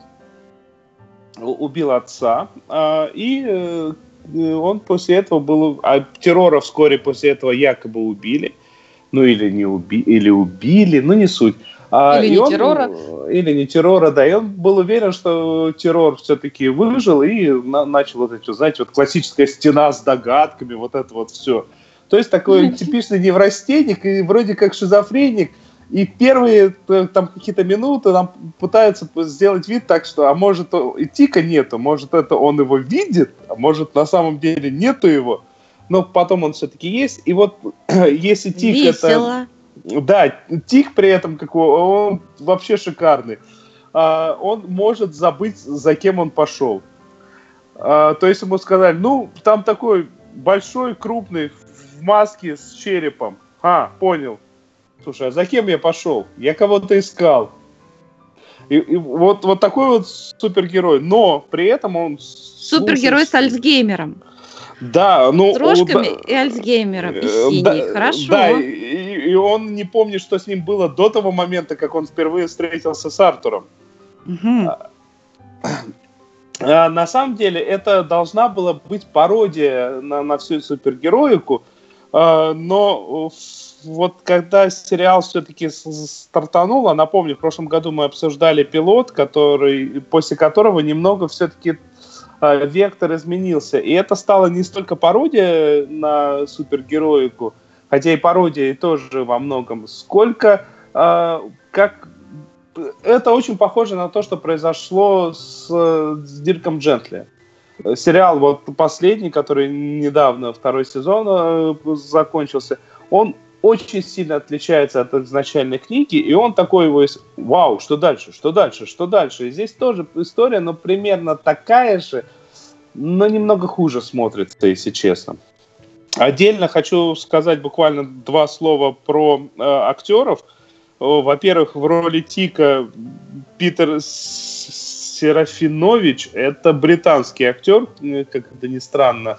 убил отца, э, и э, он после этого был... А Террора вскоре после этого якобы убили. Ну, или не уби, или убили, ну, не суть. Или и не он, Террора. Или не Террора, да. И он был уверен, что Террор все-таки выжил и на, начал вот эти, знаете, вот классическая стена с догадками, вот это вот все. То есть такой типичный неврастенник и вроде как шизофреник. И первые там какие-то минуты нам пытаются сделать вид так, что, а может, и Тика нету, может, это он его видит, а может, на самом деле нету его. Но потом он все-таки есть. И вот если Тик Весело. это... Да, Тик при этом какой, он вообще шикарный. А, он может забыть, за кем он пошел. А, то есть ему сказали, ну, там такой большой, крупный, в маске с черепом. А, понял. Слушай, а за кем я пошел? Я кого-то искал. И, и вот, вот такой вот супергерой. Но при этом он... Супергерой слушает... с Альцгеймером. Да, ну... С рожками да, и Альцгеймером, и синий. Да, хорошо. Да, и, и он не помнит, что с ним было до того момента, как он впервые встретился с Артуром. Угу. А, а, на самом деле, это должна была быть пародия на, на всю супергероику, а, но вот когда сериал все-таки стартанул, а напомню, в прошлом году мы обсуждали пилот, который, после которого немного все-таки вектор изменился. И это стало не столько пародия на супергероику, хотя и пародия тоже во многом, сколько как... Это очень похоже на то, что произошло с, с Дирком Джентли. Сериал вот последний, который недавно, второй сезон э, закончился, он очень сильно отличается от изначальной книги, и он такой его, вау, что дальше, что дальше, что дальше. И здесь тоже история, но примерно такая же, но немного хуже смотрится, если честно. Отдельно хочу сказать буквально два слова про э, актеров. Во-первых, в роли Тика Питер Серафинович, это британский актер, как это ни странно,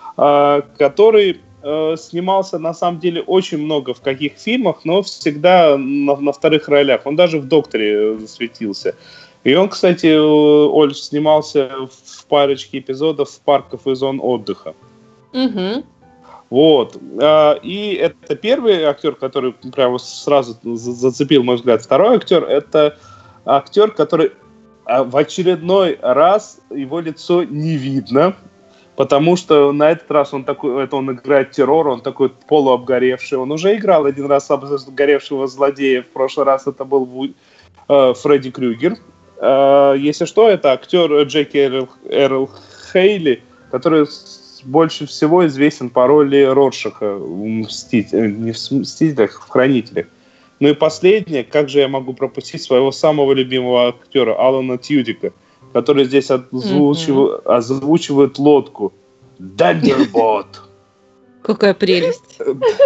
который снимался на самом деле очень много в каких фильмах, но всегда на, на вторых ролях. Он даже в «Докторе» засветился. И он, кстати, Оль, снимался в парочке эпизодов парков и зон отдыха. Угу. Вот. И это первый актер, который прямо сразу зацепил мой взгляд. Второй актер — это актер, который в очередной раз его лицо не видно, потому что на этот раз он такой, это он играет террор, он такой полуобгоревший. Он уже играл один раз обгоревшего злодея, в прошлый раз это был э, Фредди Крюгер. Э, если что, это актер Джеки Эрл, Эрл Хейли, который больше всего известен по роли Роршаха в Мстителях, не в Мстителях, в Хранителях. Ну и последнее, как же я могу пропустить своего самого любимого актера Алана Тьюдика, который здесь озвучивает, mm-hmm. озвучивает лодку. Дандербот. Какая прелесть.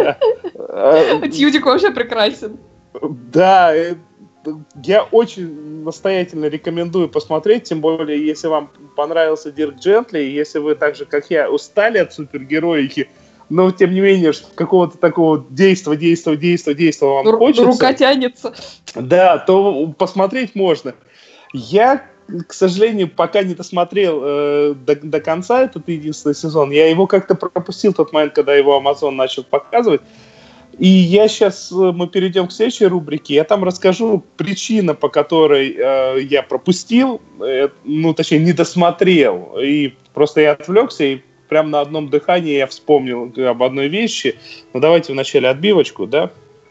Тьюдик вообще прекрасен. Да, я очень настоятельно рекомендую посмотреть, тем более, если вам понравился Дирк Джентли, если вы так же, как я, устали от супергероики, но, тем не менее, какого-то такого действия, действия, действия, действия вам Ру- хочется. Рука тянется. Да, то посмотреть можно. Я, к сожалению, пока не досмотрел э, до, до конца этот единственный сезон. Я его как-то пропустил в тот момент, когда его Amazon начал показывать. И я сейчас, мы перейдем к следующей рубрике. Я там расскажу причину, по которой э, я пропустил, э, ну, точнее, не досмотрел. И просто я отвлекся, и прямо на одном дыхании я вспомнил об одной вещи. Ну, давайте вначале отбивочку, да?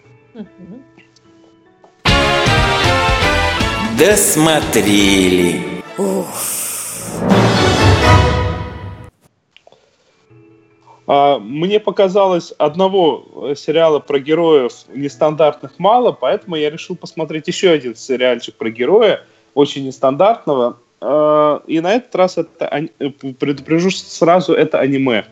Досмотрели. Мне показалось одного сериала про героев нестандартных мало, поэтому я решил посмотреть еще один сериальчик про героя, очень нестандартного. И на этот раз, это, предупрежу сразу, это аниме.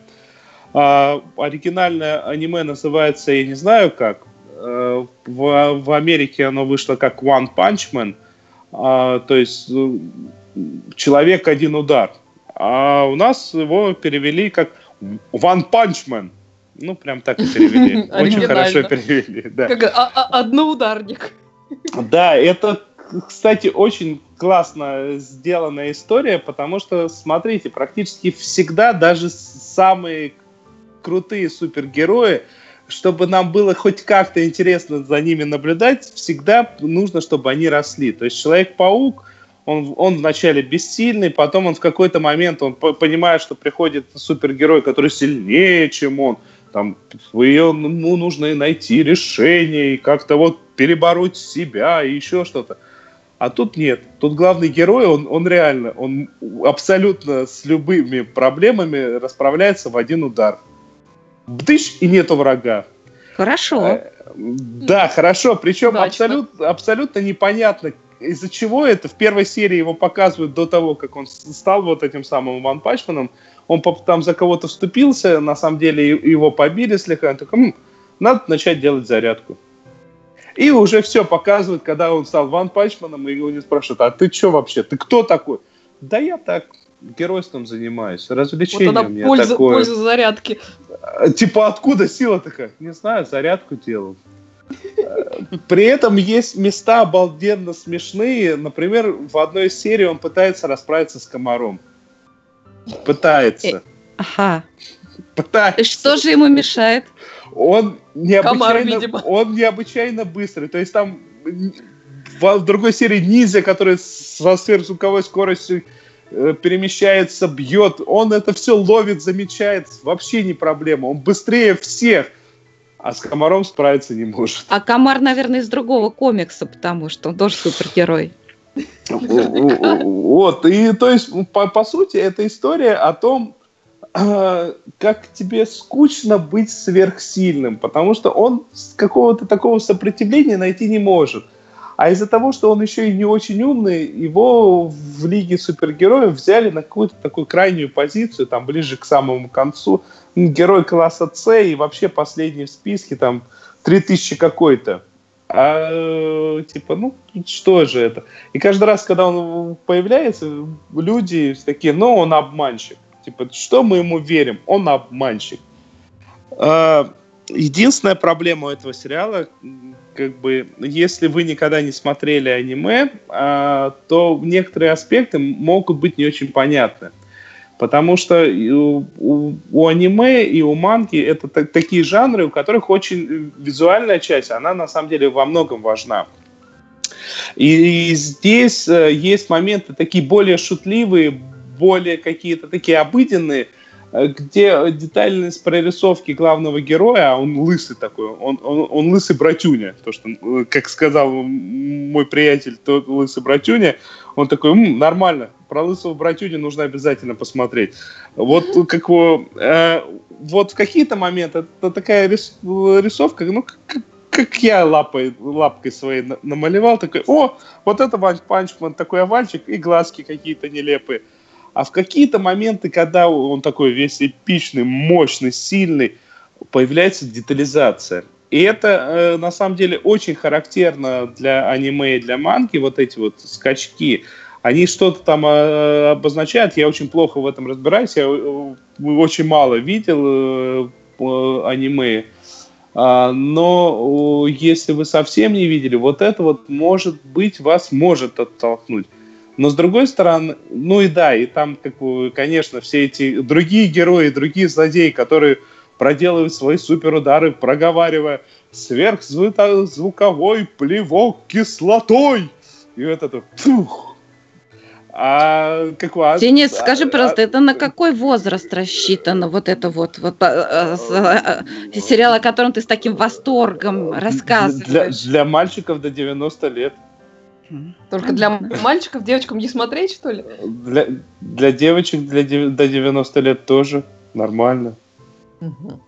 Оригинальное аниме называется, я не знаю как, в, в Америке оно вышло как One Punch Man, то есть человек один удар. А у нас его перевели как One Punch Man. Ну, прям так и перевели. Очень хорошо перевели. Да. Как одноударник. Да, это, кстати, очень классно сделанная история, потому что, смотрите, практически всегда даже самые крутые супергерои, чтобы нам было хоть как-то интересно за ними наблюдать, всегда нужно, чтобы они росли. То есть Человек-паук, Он, он вначале бессильный, потом он в какой-то момент он по- понимает, что приходит супергерой, который сильнее, чем он. Там, ее, ну, нужно найти решение и как-то вот перебороть себя и еще что-то. А тут нет. Тут главный герой, он, он реально, он абсолютно с любыми проблемами расправляется в один удар. Бдыщ, и нету врага. Хорошо. Да, хорошо. Причем абсолютно, абсолютно непонятно, из-за чего это. В первой серии его показывают до того, как он стал вот этим самым Ван Панчманом. Он там за кого-то вступился, на самом деле его побили слегка. Он такой, м-м, надо начать делать зарядку. И уже все показывают, когда он стал Ван Панчманом, и его не спрашивают, а ты что вообще, ты кто такой? Да я так геройством занимаюсь, развлечением вот у меня польза, такое. Польза зарядки. Типа откуда сила такая? Не знаю, зарядку делал. При этом есть места обалденно смешные. Например, в одной из серий он пытается расправиться с комаром. Пытается. Ага. Пытается. И что же ему мешает? Он необычайно, Комар, он необычайно быстрый. То есть там в другой серии ниндзя, который со сверхзвуковой скоростью перемещается, бьет, он это все ловит, замечает, вообще не проблема, он быстрее всех, а с комаром справиться не может. А комар, наверное, из другого комикса, потому что он тоже супергерой. Вот, и то есть, по, по сути, это история о том, э, как тебе скучно быть сверхсильным, потому что он какого-то такого сопротивления найти не может. А из-за того, что он еще и не очень умный, его в Лиге супергероев взяли на какую-то такую крайнюю позицию, там, ближе к самому концу. Герой класса С и вообще последний в списке, там, три тысячи какой-то. А, типа, ну, что же это? И каждый раз, когда он появляется, люди такие, ну, он обманщик. Типа, что мы ему верим? Он обманщик. А, единственная проблема у этого сериала, как бы, если вы никогда не смотрели аниме, а, то некоторые аспекты могут быть не очень понятны. Потому что у, у, у аниме и у манги это т- такие жанры, у которых очень визуальная часть, она на самом деле во многом важна. И, и здесь э, есть моменты такие более шутливые, более какие-то такие обыденные, э, где детальность прорисовки главного героя, а он лысый такой, он, он, он лысый братюня, то, что, как сказал мой приятель, то лысый братюня, он такой, м, нормально. Про лысого братюню нужно обязательно посмотреть. Вот как его, э, вот в какие-то моменты это такая рис, рисовка, ну, как, как я лапой, лапкой своей намалевал, такой, о, вот это Ван Панчман, такой овальчик, и глазки какие-то нелепые. А в какие-то моменты, когда он такой весь эпичный, мощный, сильный, появляется детализация. И это, э, на самом деле, очень характерно для аниме и для манги, вот эти вот скачки. Они что-то там э, обозначают, я очень плохо в этом разбираюсь, я э, очень мало видел э, э, аниме, а, но э, если вы совсем не видели, вот это вот, может быть, вас может оттолкнуть. Но с другой стороны, ну и да, и там, как бы, конечно, все эти другие герои, другие злодеи, которые проделывают свои суперудары, проговаривая сверхзвуковой плевок кислотой. И вот это... Фух. А, как у, Денис, а, скажи, пожалуйста, а, это на какой возраст рассчитано вот это вот, вот а, а, а, сериал, о котором ты с таким восторгом рассказываешь? Для, для мальчиков до девяноста лет. Только для мальчиков, девочкам не смотреть, что ли? Для, для девочек для, до девяноста лет тоже нормально. Угу.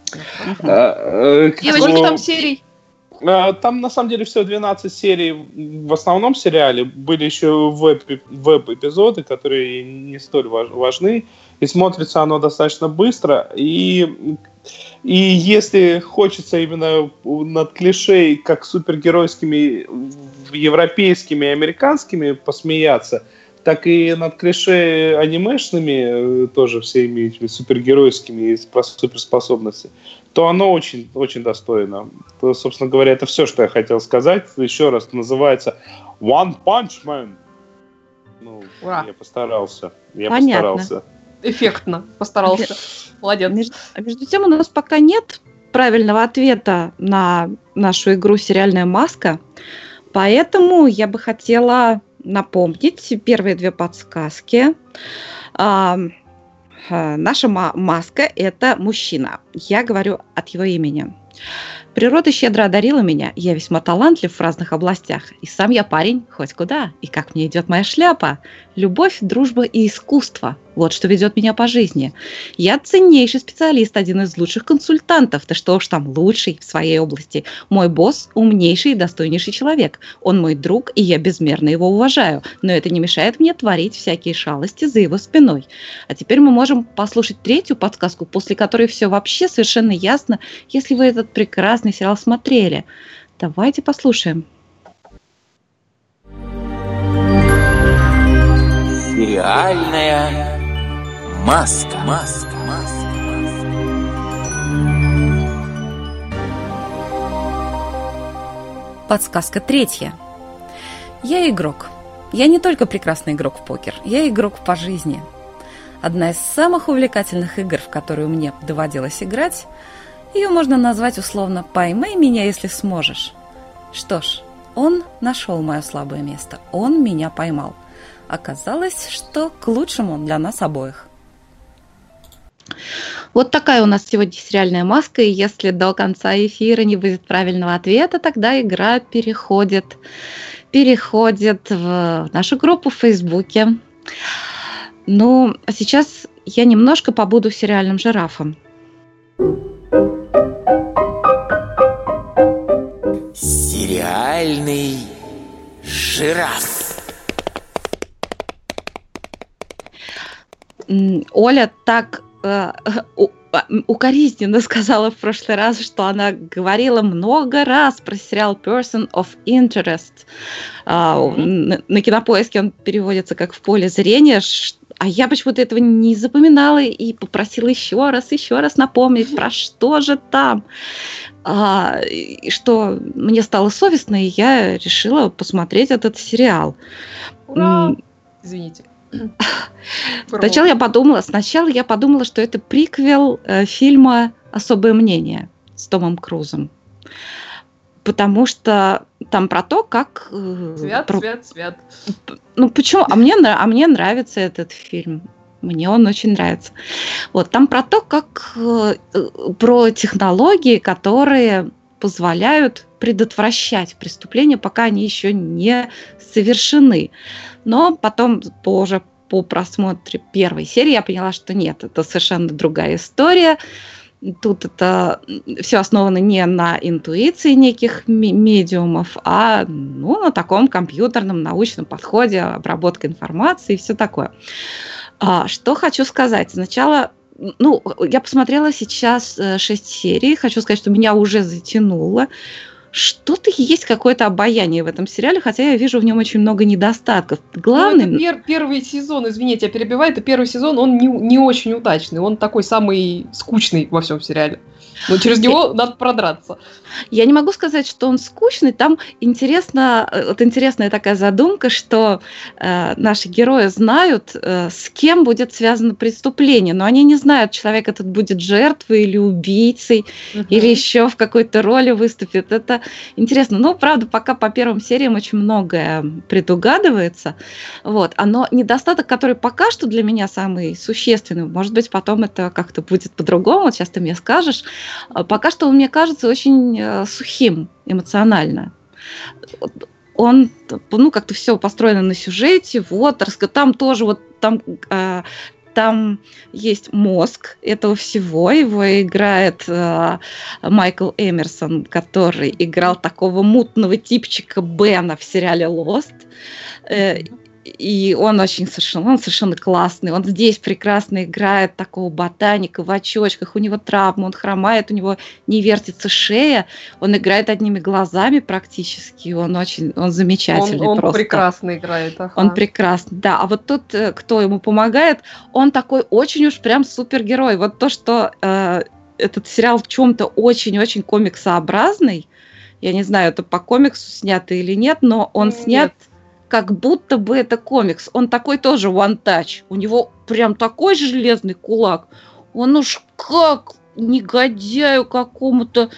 А, и сколько там серий? Там, на самом деле, всего двенадцать серий в основном сериале. Были еще веб- веб-эпизоды, которые не столь важны. И смотрится оно достаточно быстро. И, и если хочется именно над клише, как супергеройскими, европейскими и американскими посмеяться, так и над клише анимешными, тоже всеми супергеройскими и про суперспособности, то оно очень, очень достойно. То, собственно говоря, это все, что я хотел сказать. Еще раз, называется One Punch Man. Ну, Ура. Я постарался. Я Понятно. постарался. Эффектно постарался. Молодец. Между, между тем, у нас пока нет правильного ответа на нашу игру «Сериальная маска», поэтому я бы хотела напомнить первые две подсказки. А, наша ма- маска – это мужчина. Я говорю от его имени. Природа щедро одарила меня, я весьма талантлив в разных областях, и сам я парень хоть куда, и как мне идет моя шляпа. Любовь, дружба и искусство – вот что ведет меня по жизни. Я ценнейший специалист, один из лучших консультантов, да что уж там, лучший в своей области. Мой босс – умнейший и достойнейший человек. Он мой друг, и я безмерно его уважаю, но это не мешает мне творить всякие шалости за его спиной. А теперь мы можем послушать третью подсказку, после которой все вообще совершенно ясно, если вы этот прекрасный сериал смотрели. Давайте послушаем. Сериальная маска. Маска. Маска. Подсказка третья. Я игрок. Я не только прекрасный игрок в покер, я игрок по жизни. Одна из самых увлекательных игр, в которую мне доводилось играть, ее можно назвать условно «поймай меня, если сможешь». Что ж, он нашел мое слабое место, он меня поймал. Оказалось, что к лучшему для нас обоих. Вот такая у нас сегодня сериальная маска, и если до конца эфира не будет правильного ответа, тогда игра переходит, переходит в нашу группу в Фейсбуке. Ну, а сейчас я немножко побуду сериальным жирафом. Сериальный жираф. Оля так э, у, укоризненно сказала в прошлый раз, что она говорила много раз про сериал Person of Interest. Mm-hmm. на, на Кинопоиске он переводится как «В поле зрения», а я почему-то этого не запоминала и попросила еще раз, еще раз напомнить, про что же там. А, и что мне стало совестно, и я решила посмотреть этот сериал. Ура! Извините. Сначала я подумала, сначала я подумала, что это приквел э, фильма «Особое мнение» с Томом Крузом. Потому что там про то, как... Э, свят, про... свят, свят. Ну, почему? А мне, а мне нравится этот фильм. Мне он очень нравится. Вот, там про то, как... Э, про технологии, которые позволяют предотвращать преступления, пока они еще не совершены. Но потом, позже, по просмотру первой серии, я поняла, что нет, это совершенно другая история. Тут это все основано не на интуиции неких медиумов, а ну, на таком компьютерном научном подходе, обработка информации и все такое. А, что хочу сказать. Сначала, ну, я посмотрела сейчас шесть серий, хочу сказать, что меня уже затянуло. Что-то есть какое-то обаяние в этом сериале, хотя я вижу в нем очень много недостатков. Главный... Ну, это пер- первый сезон, извините, я перебиваю, это первый сезон, он не, не очень удачный, он такой самый скучный во всем сериале. Но через него надо продраться. Я не могу сказать, что он скучный. Там интересно, вот интересная такая задумка, что э, наши герои знают, э, с кем будет связано преступление, но они не знают, человек этот будет жертвой или убийцей, uh-huh. или еще в какой-то роли выступит. Это интересно. Ну, правда, пока по первым сериям очень многое предугадывается. Вот. Но недостаток, который пока что для меня самый существенный, может быть, потом это как-то будет по-другому, вот сейчас ты мне скажешь. Пока что он, мне кажется, очень э, сухим эмоционально. Он, ну, как-то все построено на сюжете, вот, там тоже вот, там, э, там есть мозг этого всего, его играет э, Майкл Эмерсон, который играл такого мутного типчика Бена в сериале Lost. Э, И он очень совершенно, он совершенно классный. Он здесь прекрасно играет такого ботаника в очочках. У него травма, он хромает, у него не вертится шея. Он играет одними глазами практически. Он очень, он замечательный он, он просто. Он прекрасно играет. Ага. Он прекрасный, да. А вот тот, кто ему помогает, он такой очень уж прям супергерой. Вот то, что э, этот сериал в чем-то очень-очень комиксообразный. Я не знаю, это по комиксу снято или нет, но он нет. снят... как будто бы это комикс. Он такой тоже one touch. У него прям такой железный кулак. Он уж как негодяю какому-то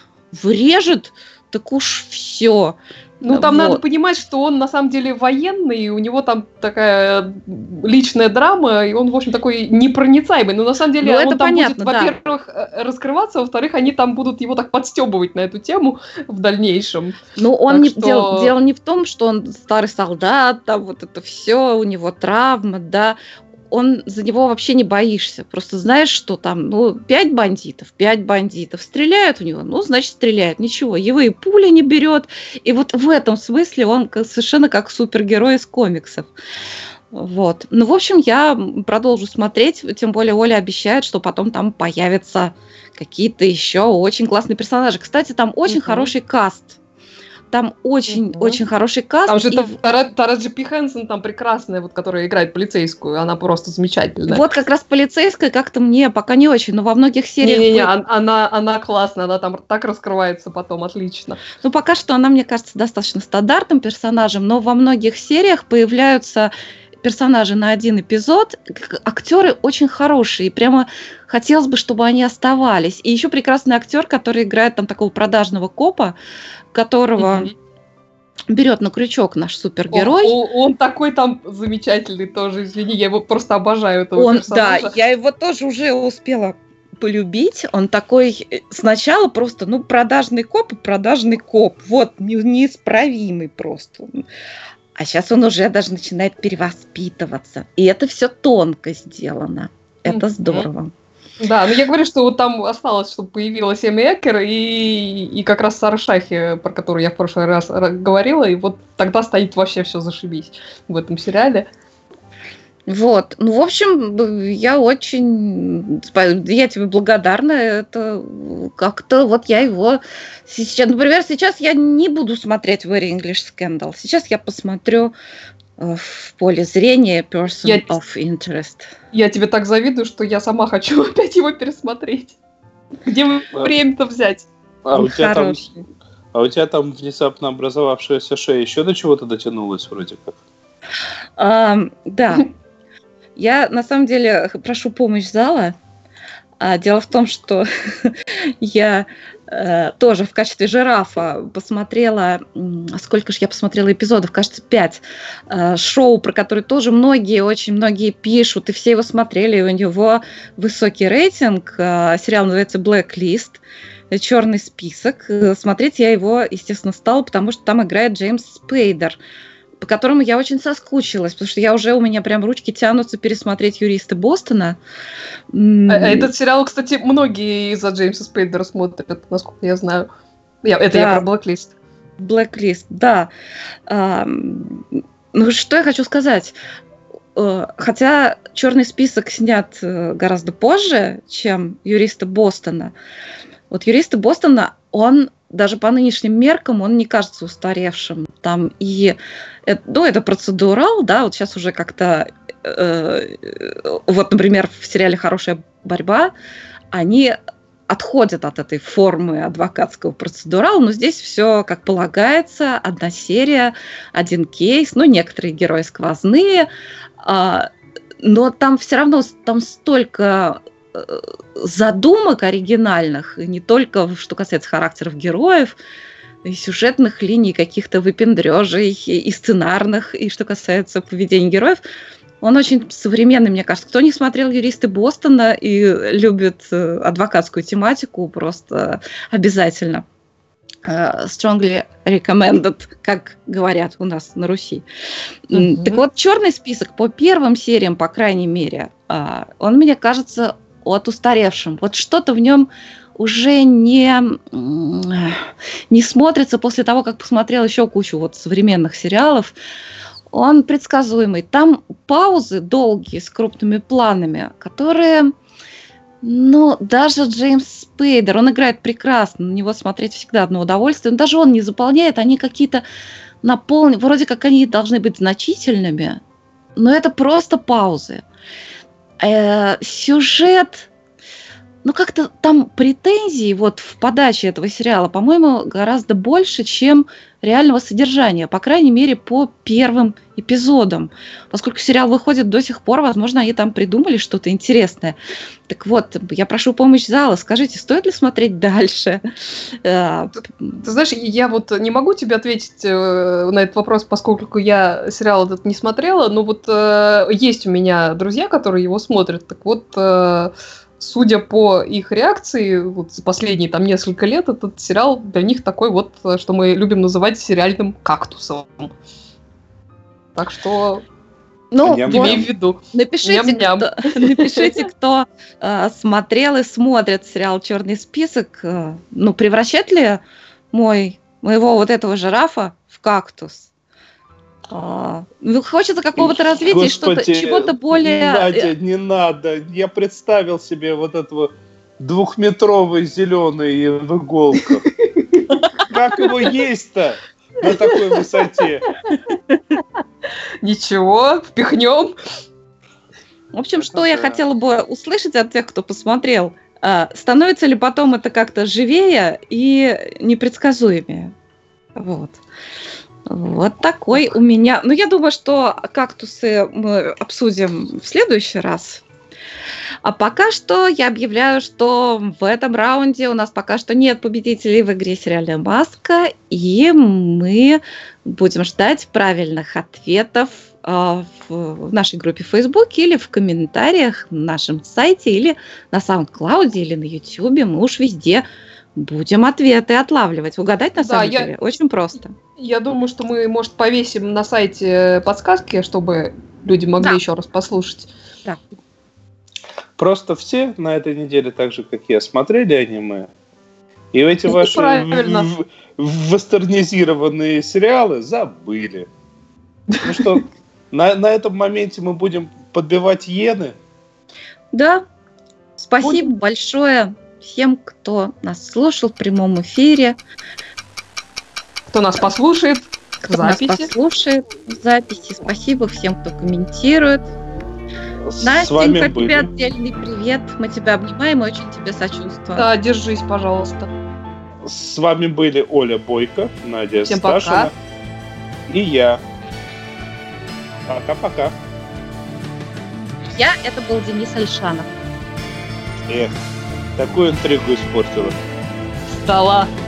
врежет, так уж все. Ну, там вот. Надо понимать, что он на самом деле военный, и у него там такая личная драма, и он, в общем, такой непроницаемый. Но на самом деле ну, он там понятно, будет, да. во-первых, раскрываться, во-вторых, они там будут его так подстебывать на эту тему в дальнейшем. Ну, он так не, что... дело, дело не в том, что он старый солдат, там вот это все, у него травма, да. Он за него вообще не боишься. Просто знаешь, что там, ну, пять бандитов, пять бандитов. Стреляют в него, ну, значит, стреляют. Ничего, его и пуля не берет. И вот в этом смысле он совершенно как супергерой из комиксов. Вот. Ну, в общем, я продолжу смотреть. Тем более Оля обещает, что потом там появятся какие-то еще очень классные персонажи. Кстати, там очень uh-huh. хороший каст. Там очень-очень uh-huh. очень хороший каст. Там же и... Тараджи Пи Хэнсон там прекрасная, вот, которая играет полицейскую, она просто замечательная. Вот как раз полицейская как-то мне пока не очень, но во многих сериях... Не-не-не, вы... она, она классная, она там так раскрывается потом, отлично. Ну, пока что она, мне кажется, достаточно стандартным персонажем, но во многих сериях появляются персонажи на один эпизод, актеры очень хорошие, и прямо хотелось бы, чтобы они оставались. И еще прекрасный актер, который играет там такого продажного копа, которого... Mm-hmm. берет на крючок наш супергерой. Он, он такой там замечательный тоже, извини, я его просто обожаю, этого он, персонажа. Да, я его тоже уже успела полюбить. Он такой сначала просто, ну, продажный коп и продажный коп. Вот, неисправимый просто. А сейчас он уже даже начинает перевоспитываться. И это все тонко сделано. Это здорово. Да, но я говорю, что вот там осталось, чтобы появилась Эми Эккер и, и как раз Сара Шахи, про которую я в прошлый раз говорила, и вот тогда станет вообще все зашибись в этом сериале. Вот, ну, в общем, я очень, я тебе благодарна, это как-то, вот я его сейчас, например, сейчас я не буду смотреть Very English Scandal, сейчас я посмотрю в поле зрения Person я, of Interest. Я тебе так завидую, что я сама хочу опять его пересмотреть. Где вы а, время-то взять? А у, тебя там, а у тебя там внезапно образовавшаяся шея еще до чего-то дотянулась вроде как? А, да. Я, на самом деле, прошу помощь зала. А, дело в том, что я э, тоже в качестве жирафа посмотрела, сколько же я посмотрела эпизодов, кажется, пять, э, шоу, про которое тоже многие, очень многие пишут, и все его смотрели, и у него высокий рейтинг. Э, сериал называется Blacklist, черный список. Смотреть я его, естественно, стала, потому что там играет Джеймс Спейдер, по которому я очень соскучилась, потому что я уже, у меня прям ручки тянутся пересмотреть «Юристы Бостона». А, а этот сериал, кстати, многие из-за Джеймса Спейдера смотрят, насколько я знаю. Я, это да. Я про Blacklist. Blacklist, да. А, ну, что я хочу сказать. Хотя «Черный список» снят гораздо позже, чем «Юристы Бостона». Вот «Юристы Бостона», он даже по нынешним меркам он не кажется устаревшим. Там и ну, это процедурал, да, вот сейчас уже как-то, э, вот, например, в сериале «Хорошая борьба» они отходят от этой формы адвокатского процедурала, но здесь все как полагается, одна серия, один кейс, ну, некоторые герои сквозные, э, но там все равно там столько задумок оригинальных, не только что касается характеров героев, и сюжетных линий, каких-то выпендрежей, и сценарных, и что касается поведения героев. Он очень современный, мне кажется. Кто не смотрел «Юристы Бостона» и любит адвокатскую тематику, просто обязательно. Strongly recommended, как говорят у нас на Руси. Mm-hmm. Так вот, «Черный список» по первым сериям, по крайней мере, он, мне кажется, от устаревшим. Вот что-то в нем уже не, не смотрится после того, как посмотрел еще кучу вот современных сериалов. Он предсказуемый. Там паузы долгие с крупными планами, которые, ну, даже Джеймс Спейдер, он играет прекрасно, на него смотреть всегда одно удовольствие, но даже он не заполняет, они какие-то наполнены, вроде как они должны быть значительными, но это просто паузы. Э, сюжет, ну как-то там претензий вот в подаче этого сериала, по-моему, гораздо больше, чем реального содержания, по крайней мере, по первым эпизодам. Поскольку сериал выходит до сих пор, возможно, они там придумали что-то интересное. Так вот, я прошу помощь зала. Скажите, стоит ли смотреть дальше? Ты, ты знаешь, я вот не могу тебе ответить на этот вопрос, поскольку я сериал этот не смотрела, но вот есть у меня друзья, которые его смотрят. Так вот, судя по их реакции, вот за последние там несколько лет этот сериал для них такой вот, что мы любим называть сериальным кактусом. Так что ну, имей в виду. Напишите, кто, напишите, кто э, смотрел и смотрит сериал «Черный список». Э, ну, превращает ли мой, моего вот этого жирафа в кактус? А, ну, хочется какого-то развития, что-то, чего-то более... Надя, не надо. Я представил себе вот этого двухметровый зеленый в иголках. Как его есть-то на такой высоте? Ничего, впихнем. В общем, что я хотела бы услышать от тех, кто посмотрел. Становится ли потом это как-то живее и непредсказуемее? Вот. Вот такой у меня... Ну, я думаю, что кактусы мы обсудим в следующий раз. А пока что я объявляю, что в этом раунде у нас пока что нет победителей в игре «Сериальная маска», и мы будем ждать правильных ответов э, в, в нашей группе в Фейсбуке или в комментариях на нашем сайте, или на SoundCloud, или на YouTube. Мы уж везде будем ответы отлавливать. Угадать на Да, самом я- деле очень просто. Я думаю, что мы, может, повесим на сайте подсказки, чтобы люди могли Да. еще раз послушать. Просто все на этой неделе, так же, как я, смотрели аниме. И эти Ну, ваши правильно. в- в- вестернизированные сериалы забыли. Ну что, на, на этом моменте мы будем подбивать иены. Да, спасибо большое всем, кто нас слушал в прямом эфире, Кто нас послушает в кто нас записи. послушает в записи. Спасибо всем, кто комментирует. С Настенька, вами тебе были. отдельный привет. Мы тебя обнимаем и очень тебе сочувствуем. Да, держись, пожалуйста. С вами были Оля Бойко, Надя Всем Сташина пока. и я. Пока-пока. Я, это был Денис Альшанов. Эх, такую интригу испортила. Стала.